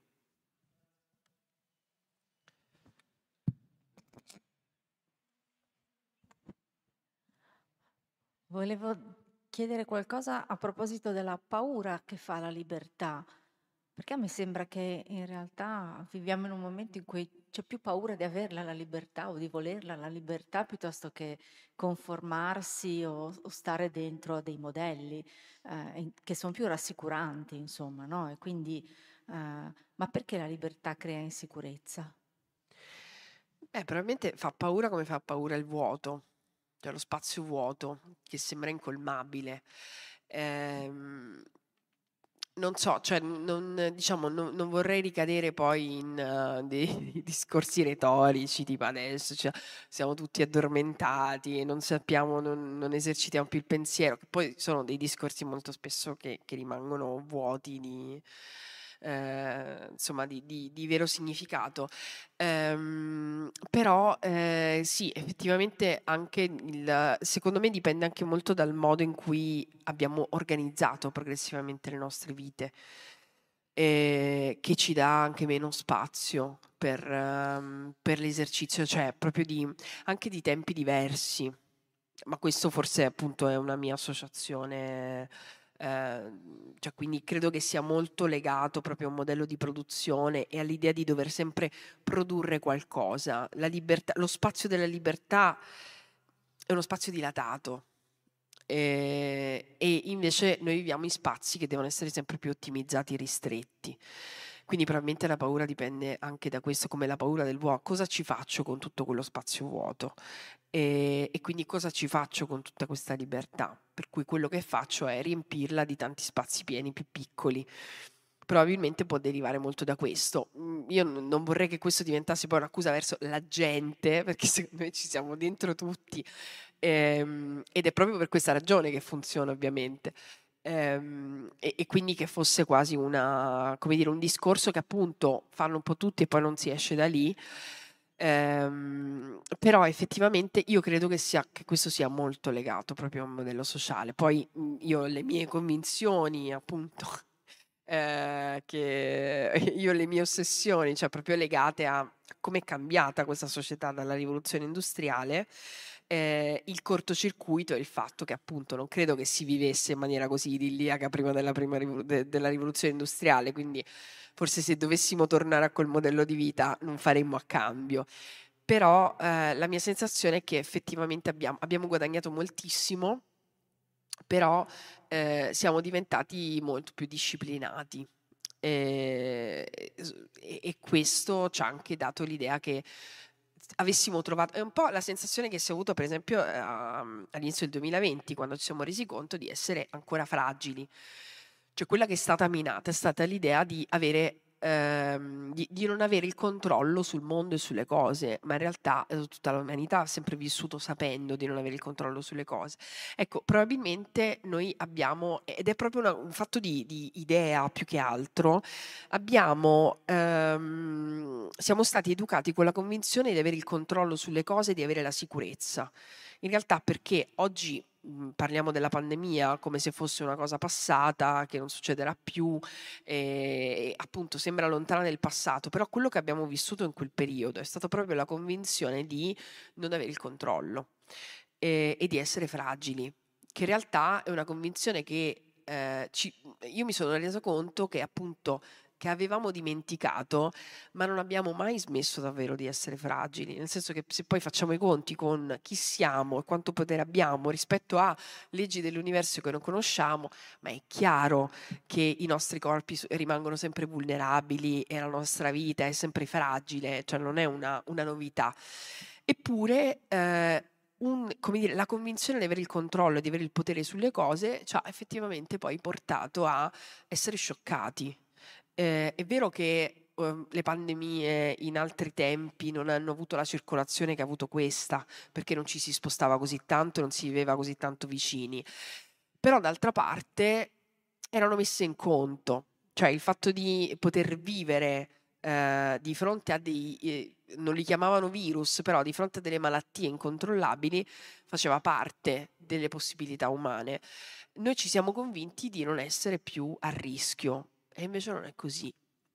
Volevo chiedere qualcosa a proposito della paura che fa la libertà, perché a me sembra che in realtà viviamo in un momento in cui c'è più paura di averla la libertà o di volerla la libertà piuttosto che conformarsi o, o stare dentro a dei modelli eh, in- che sono più rassicuranti, insomma, no? E quindi, eh, ma perché la libertà crea insicurezza? Eh, probabilmente fa paura come fa paura il vuoto, cioè lo spazio vuoto che sembra incolmabile. Ehm, non so, cioè non, diciamo, non, non vorrei ricadere poi in eh, dei discorsi retorici, tipo adesso cioè, siamo tutti addormentati e non sappiamo, non, non esercitiamo più il pensiero, che poi sono dei discorsi molto spesso che, che rimangono vuoti di, eh, insomma, di, di- di vero significato. Ehm, però eh, sì, effettivamente anche il, secondo me dipende anche molto dal modo in cui abbiamo organizzato progressivamente le nostre vite, eh, che ci dà anche meno spazio per, ehm, per l'esercizio, cioè proprio di, anche di tempi diversi. Ma questo forse appunto è una mia associazione, eh, cioè quindi credo che sia molto legato proprio a un modello di produzione e all'idea di dover sempre produrre qualcosa. La libertà, lo spazio della libertà è uno spazio dilatato. E, e invece noi viviamo in spazi che devono essere sempre più ottimizzati e ristretti. Quindi probabilmente la paura dipende anche da questo, come la paura del vuoto. Cosa ci faccio con tutto quello spazio vuoto? E, e quindi cosa ci faccio con tutta questa libertà? Per cui quello che faccio è riempirla di tanti spazi pieni più piccoli. Probabilmente può derivare molto da questo. Mm, Io n- non vorrei che questo diventasse poi un'accusa verso la gente, perché secondo me ci siamo dentro tutti. Ehm, ed è proprio per questa ragione che funziona, ovviamente. Ehm, e, e quindi che fosse quasi una, come dire, un discorso che appunto fanno un po' tutti e poi non si esce da lì. Ehm, però effettivamente io credo che, sia, che questo sia molto legato proprio a un modello sociale. Poi mh, io ho le mie convinzioni, appunto, eh, che io ho le mie ossessioni, cioè proprio legate a come è cambiata questa società dalla rivoluzione industriale, eh, il cortocircuito e il fatto che appunto non credo che si vivesse in maniera così idilliaca prima della, prima rivol- de- della rivoluzione industriale, quindi forse se dovessimo tornare a quel modello di vita non faremmo a cambio. Però eh, la mia sensazione è che effettivamente abbiamo, abbiamo guadagnato moltissimo però eh, siamo diventati molto più disciplinati. E, e, e questo ci ha anche dato l'idea che avessimo trovato, è un po' la sensazione che si è avuto per esempio eh, all'inizio del duemilaventi, quando ci siamo resi conto di essere ancora fragili. Cioè quella che è stata minata è stata l'idea di avere ehm, di, di non avere il controllo sul mondo e sulle cose, ma in realtà eh, tutta l'umanità ha sempre vissuto sapendo di non avere il controllo sulle cose. Ecco, probabilmente noi abbiamo, ed è proprio una, un fatto di, di idea più che altro, abbiamo, ehm, siamo stati educati con la convinzione di avere il controllo sulle cose, di avere la sicurezza. In realtà perché oggi mh, parliamo della pandemia come se fosse una cosa passata, che non succederà più, e appunto sembra lontana nel passato, però quello che abbiamo vissuto in quel periodo è stata proprio la convinzione di non avere il controllo e, e di essere fragili, che in realtà è una convinzione che eh, ci, io mi sono reso conto che appunto che avevamo dimenticato, ma non abbiamo mai smesso davvero di essere fragili, nel senso che se poi facciamo i conti con chi siamo e quanto potere abbiamo rispetto a leggi dell'universo che non conosciamo, ma è chiaro che i nostri corpi rimangono sempre vulnerabili e la nostra vita è sempre fragile, cioè non è una, una novità. Eppure eh, un, come dire, la convinzione di avere il controllo, di avere il potere sulle cose ci ha effettivamente poi portato a essere scioccati. Eh, è vero che eh, le pandemie in altri tempi non hanno avuto la circolazione che ha avuto questa, perché non ci si spostava così tanto, non si viveva così tanto vicini, però d'altra parte erano messe in conto, cioè il fatto di poter vivere eh, di fronte a dei, eh, non li chiamavano virus, però di fronte a delle malattie incontrollabili faceva parte delle possibilità umane. Noi ci siamo convinti di non essere più a rischio e invece non è così.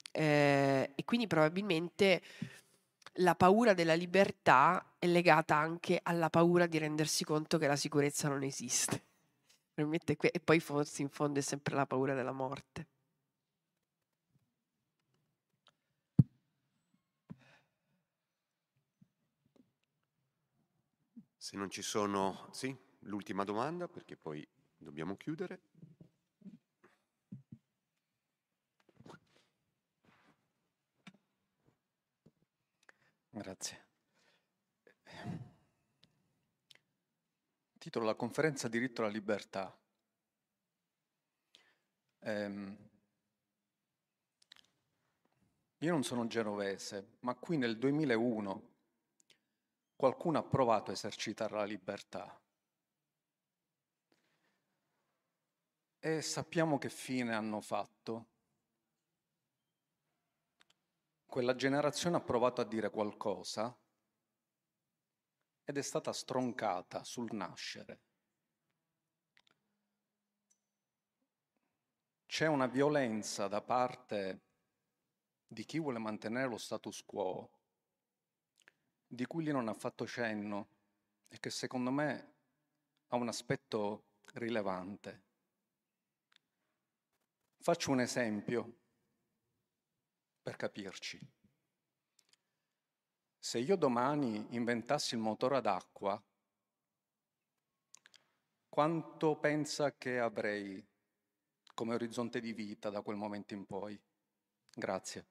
Eh, e quindi probabilmente la paura della libertà è legata anche alla paura di rendersi conto che la sicurezza non esiste. E poi forse in fondo è sempre la paura della morte. Se non ci sono... Sì, l'ultima domanda, perché poi dobbiamo chiudere. Grazie. Titolo La conferenza Diritto alla libertà. Ehm, io non sono genovese, ma qui nel duemilauno qualcuno ha provato a esercitare la libertà. E sappiamo che fine hanno fatto. Quella generazione ha provato a dire qualcosa ed è stata stroncata sul nascere. C'è una violenza da parte di chi vuole mantenere lo status quo, di cui lì non ha fatto cenno e che secondo me ha un aspetto rilevante. Faccio un esempio per capirci. Se io domani inventassi il motore ad acqua, quanto pensa che avrei come orizzonte di vita da quel momento in poi? Grazie.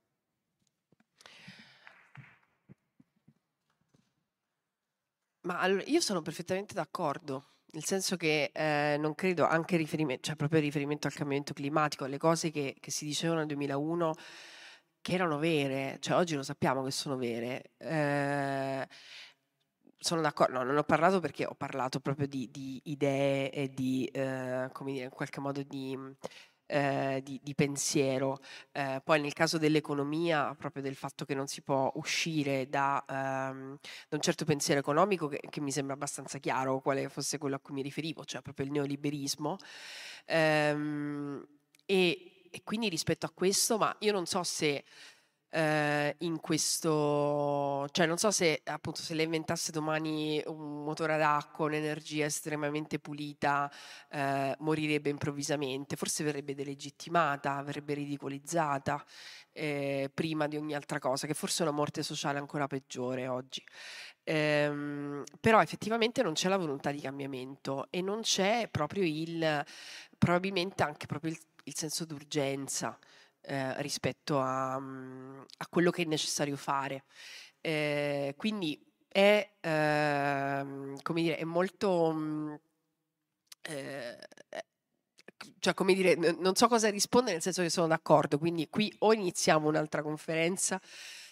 Ma allora, io sono perfettamente d'accordo, nel senso che eh, non credo anche riferimento, cioè proprio riferimento al cambiamento climatico, alle cose che, che si dicevano nel duemilauno che erano vere, cioè oggi lo sappiamo che sono vere. Eh, sono d'accordo, no, non ho parlato perché ho parlato proprio di, di idee e di, eh, come dire, in qualche modo di, eh, di, di pensiero. Eh, poi nel caso dell'economia, proprio del fatto che non si può uscire da, ehm, da un certo pensiero economico che, che mi sembra abbastanza chiaro quale fosse quello a cui mi riferivo, cioè proprio il neoliberismo. Ehm, e, e quindi rispetto a questo, ma io non so se eh, in questo, cioè non so se appunto se lei inventasse domani un motore ad acqua, un'energia estremamente pulita, eh, morirebbe improvvisamente, forse verrebbe delegittimata, verrebbe ridicolizzata eh, prima di ogni altra cosa, che forse è una morte sociale ancora peggiore oggi. Ehm, però effettivamente non c'è la volontà di cambiamento e non c'è proprio il, probabilmente anche proprio il, il senso d'urgenza eh, rispetto a, a quello che è necessario fare. Eh, quindi è, ehm, come dire, è molto... mh, eh, cioè, come dire, n- non so cosa rispondere, nel senso che sono d'accordo, quindi qui o iniziamo un'altra conferenza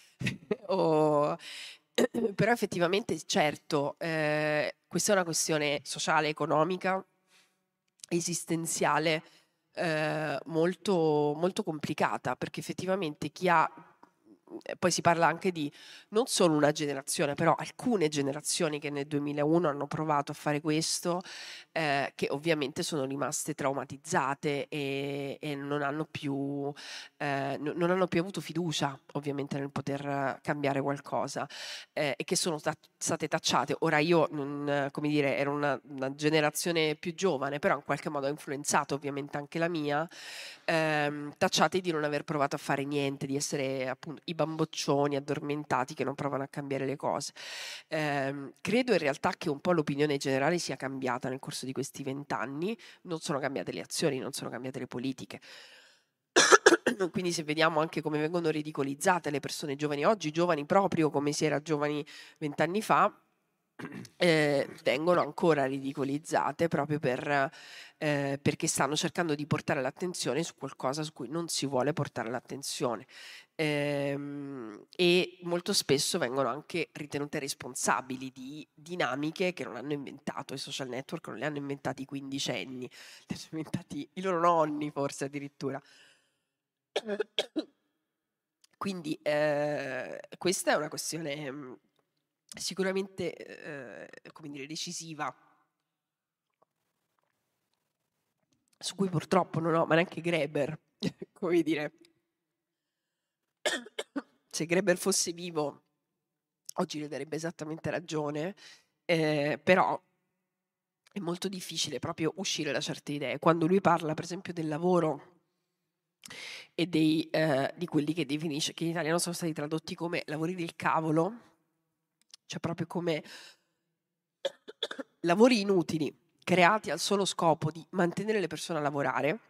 o... Però effettivamente, certo, eh, questa è una questione sociale, economica, esistenziale, eh, molto, molto complicata, perché effettivamente chi ha, poi si parla anche di non solo una generazione, però alcune generazioni che nel duemilauno hanno provato a fare questo, eh, che ovviamente sono rimaste traumatizzate e, e non hanno più, eh, n- non hanno più avuto fiducia ovviamente nel poter cambiare qualcosa eh, e che sono ta- state tacciate. Ora io, non, come dire, ero una, una generazione più giovane, però in qualche modo ha influenzato ovviamente anche la mia, ehm, tacciate di non aver provato a fare niente, di essere appunto i bamboccioni addormentati che non provano a cambiare le cose. Ehm, credo in realtà che un po' l'opinione generale sia cambiata nel corso di questi vent'anni, non sono cambiate le azioni, non sono cambiate le politiche. Quindi se vediamo anche come vengono ridicolizzate le persone giovani oggi, giovani proprio come si era giovani vent'anni fa, eh, vengono ancora ridicolizzate proprio per, eh, perché stanno cercando di portare l'attenzione su qualcosa su cui non si vuole portare l'attenzione. Ehm, e molto spesso vengono anche ritenute responsabili di dinamiche che non hanno inventato i social network, non le hanno inventati i quindicenni, le hanno inventati i loro nonni forse addirittura. Quindi eh, questa è una questione mh, sicuramente eh, come dire, decisiva, su cui purtroppo non ho, ma neanche Greber, come dire, se Greber fosse vivo oggi le darebbe esattamente ragione, eh, però è molto difficile proprio uscire da certe idee. Quando lui parla per esempio del lavoro e dei, eh, di quelli che definisce, che in italiano sono stati tradotti come lavori del cavolo, cioè proprio come lavori inutili creati al solo scopo di mantenere le persone a lavorare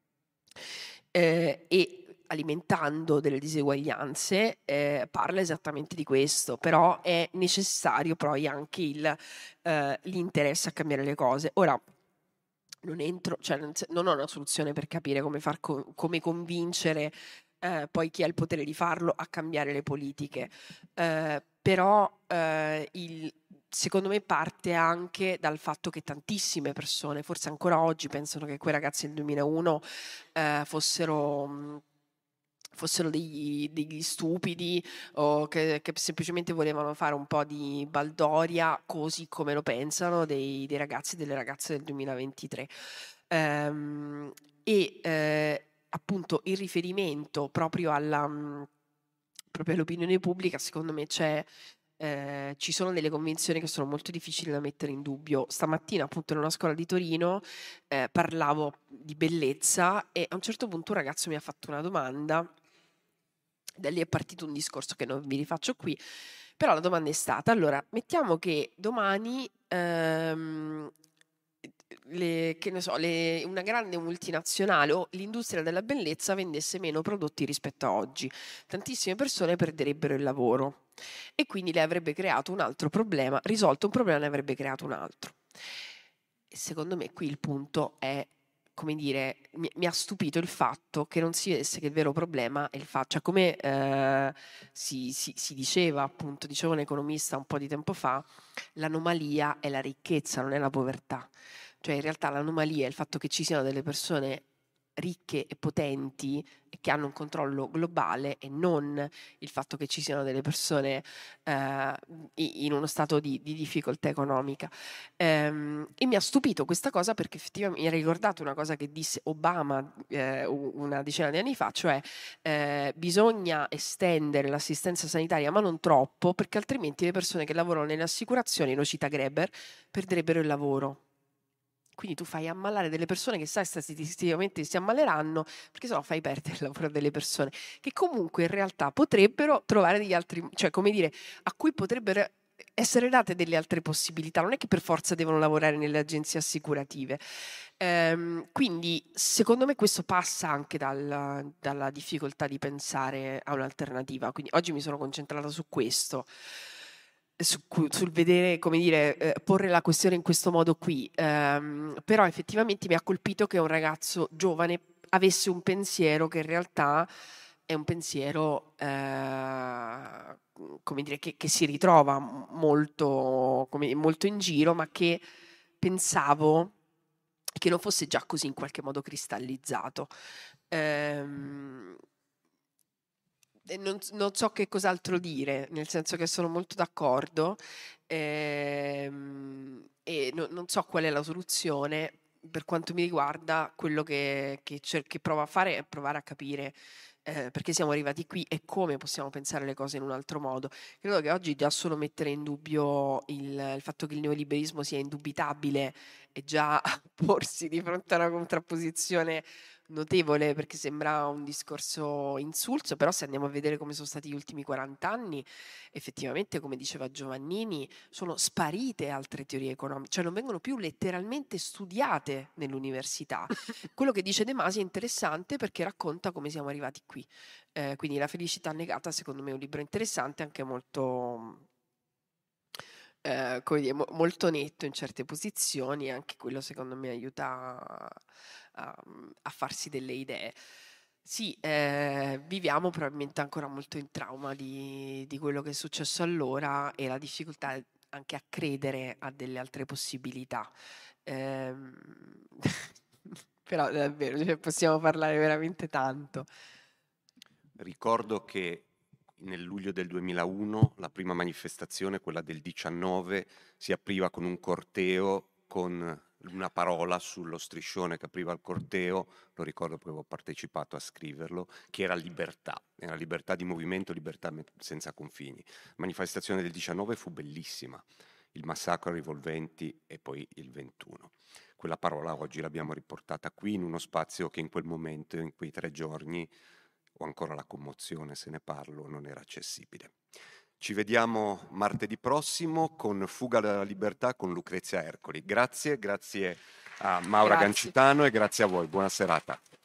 eh, e alimentando delle diseguaglianze, eh, parla esattamente di questo, però è necessario poi anche il, eh, l'interesse a cambiare le cose. Ora, non entro, cioè non, non ho una soluzione per capire come, far co- come convincere eh, poi chi ha il potere di farlo a cambiare le politiche, eh, però eh, il, secondo me parte anche dal fatto che tantissime persone, forse ancora oggi, pensano che quei ragazzi del duemilauno eh, fossero... Mh, fossero degli, degli stupidi o che, che semplicemente volevano fare un po' di baldoria, così come lo pensano dei, dei ragazzi e delle ragazze del duemilaventitré. Ehm, e eh, appunto il riferimento proprio alla, mh, proprio all'opinione pubblica, secondo me c'è eh, ci sono delle convinzioni che sono molto difficili da mettere in dubbio. Stamattina, appunto, in una scuola di Torino eh, parlavo di bellezza e a un certo punto un ragazzo mi ha fatto una domanda. Da lì è partito un discorso che non vi rifaccio qui, però la domanda è stata: allora, mettiamo che domani ehm, le, che ne so, le, una grande multinazionale o l'industria della bellezza vendesse meno prodotti rispetto a oggi, tantissime persone perderebbero il lavoro e quindi le avrebbe creato un altro problema, risolto un problema ne avrebbe creato un altro. E secondo me qui il punto è, come dire, mi, mi ha stupito il fatto che non si vedesse che il vero problema è il fatto, cioè come eh, si, si, si diceva, appunto, diceva un economista un po' di tempo fa, l'anomalia è la ricchezza, non è la povertà. Cioè in realtà l'anomalia è il fatto che ci siano delle persone ricche e potenti e che hanno un controllo globale, e non il fatto che ci siano delle persone eh, in uno stato di, di difficoltà economica. Ehm, e mi ha stupito questa cosa, perché effettivamente mi ha ricordato una cosa che disse Obama eh, una decina di anni fa, cioè eh, bisogna estendere l'assistenza sanitaria, ma non troppo, perché altrimenti le persone che lavorano nelle assicurazioni, lo cita Greber, perderebbero il lavoro. Quindi tu fai ammalare delle persone che sai statisticamente si ammaleranno, perché sennò fai perdere il lavoro delle persone che comunque in realtà potrebbero trovare degli altri, cioè come dire, a cui potrebbero essere date delle altre possibilità, non è che per forza devono lavorare nelle agenzie assicurative. Ehm, quindi secondo me questo passa anche dal, dalla difficoltà di pensare a un'alternativa, quindi oggi mi sono concentrata su questo. Su, sul vedere, come dire, eh, porre la questione in questo modo qui, ehm, però effettivamente mi ha colpito che un ragazzo giovane avesse un pensiero che in realtà è un pensiero, eh, come dire, che, che si ritrova molto, come, molto in giro, ma che pensavo che non fosse già così in qualche modo cristallizzato. Ehm, Non, non so che cos'altro dire, nel senso che sono molto d'accordo ehm, e no, non so qual è la soluzione. Per quanto mi riguarda, quello che, che, cer- che provo a fare è provare a capire eh, perché siamo arrivati qui e come possiamo pensare le cose in un altro modo. Credo che oggi già solo mettere in dubbio il, il fatto che il neoliberismo sia indubitabile e già porsi di fronte a una contrapposizione notevole, perché sembra un discorso insulso, però se andiamo a vedere come sono stati gli ultimi quaranta anni, effettivamente, come diceva Giovannini, sono sparite altre teorie economiche, cioè non vengono più letteralmente studiate nell'università. Quello che dice De Masi è interessante perché racconta come siamo arrivati qui. Eh, quindi La felicità negata, secondo me, è un libro interessante, anche molto... Eh, come dire, mo- molto netto in certe posizioni, anche quello secondo me aiuta a, a- a farsi delle idee. Sì, eh, viviamo probabilmente ancora molto in trauma di, di quello che è successo allora e la difficoltà anche a credere a delle altre possibilità. Ehm, Però davvero, cioè, possiamo parlare veramente tanto. Ricordo che nel luglio del duemilauno la prima manifestazione, quella del diciannove, si apriva con un corteo con una parola sullo striscione che apriva il corteo, lo ricordo perché avevo partecipato a scriverlo, che era libertà, era libertà di movimento, libertà senza confini. La manifestazione del diciannove fu bellissima, il massacro a Rivolventi e poi il ventuno. Quella parola oggi l'abbiamo riportata qui in uno spazio che in quel momento, in quei tre giorni, o ancora la commozione, se ne parlo, non era accessibile. Ci vediamo martedì prossimo con Fuga dalla libertà con Lucrezia Ercoli. Grazie, grazie a Maura Grazie. Gancitano e grazie a voi. Buona serata.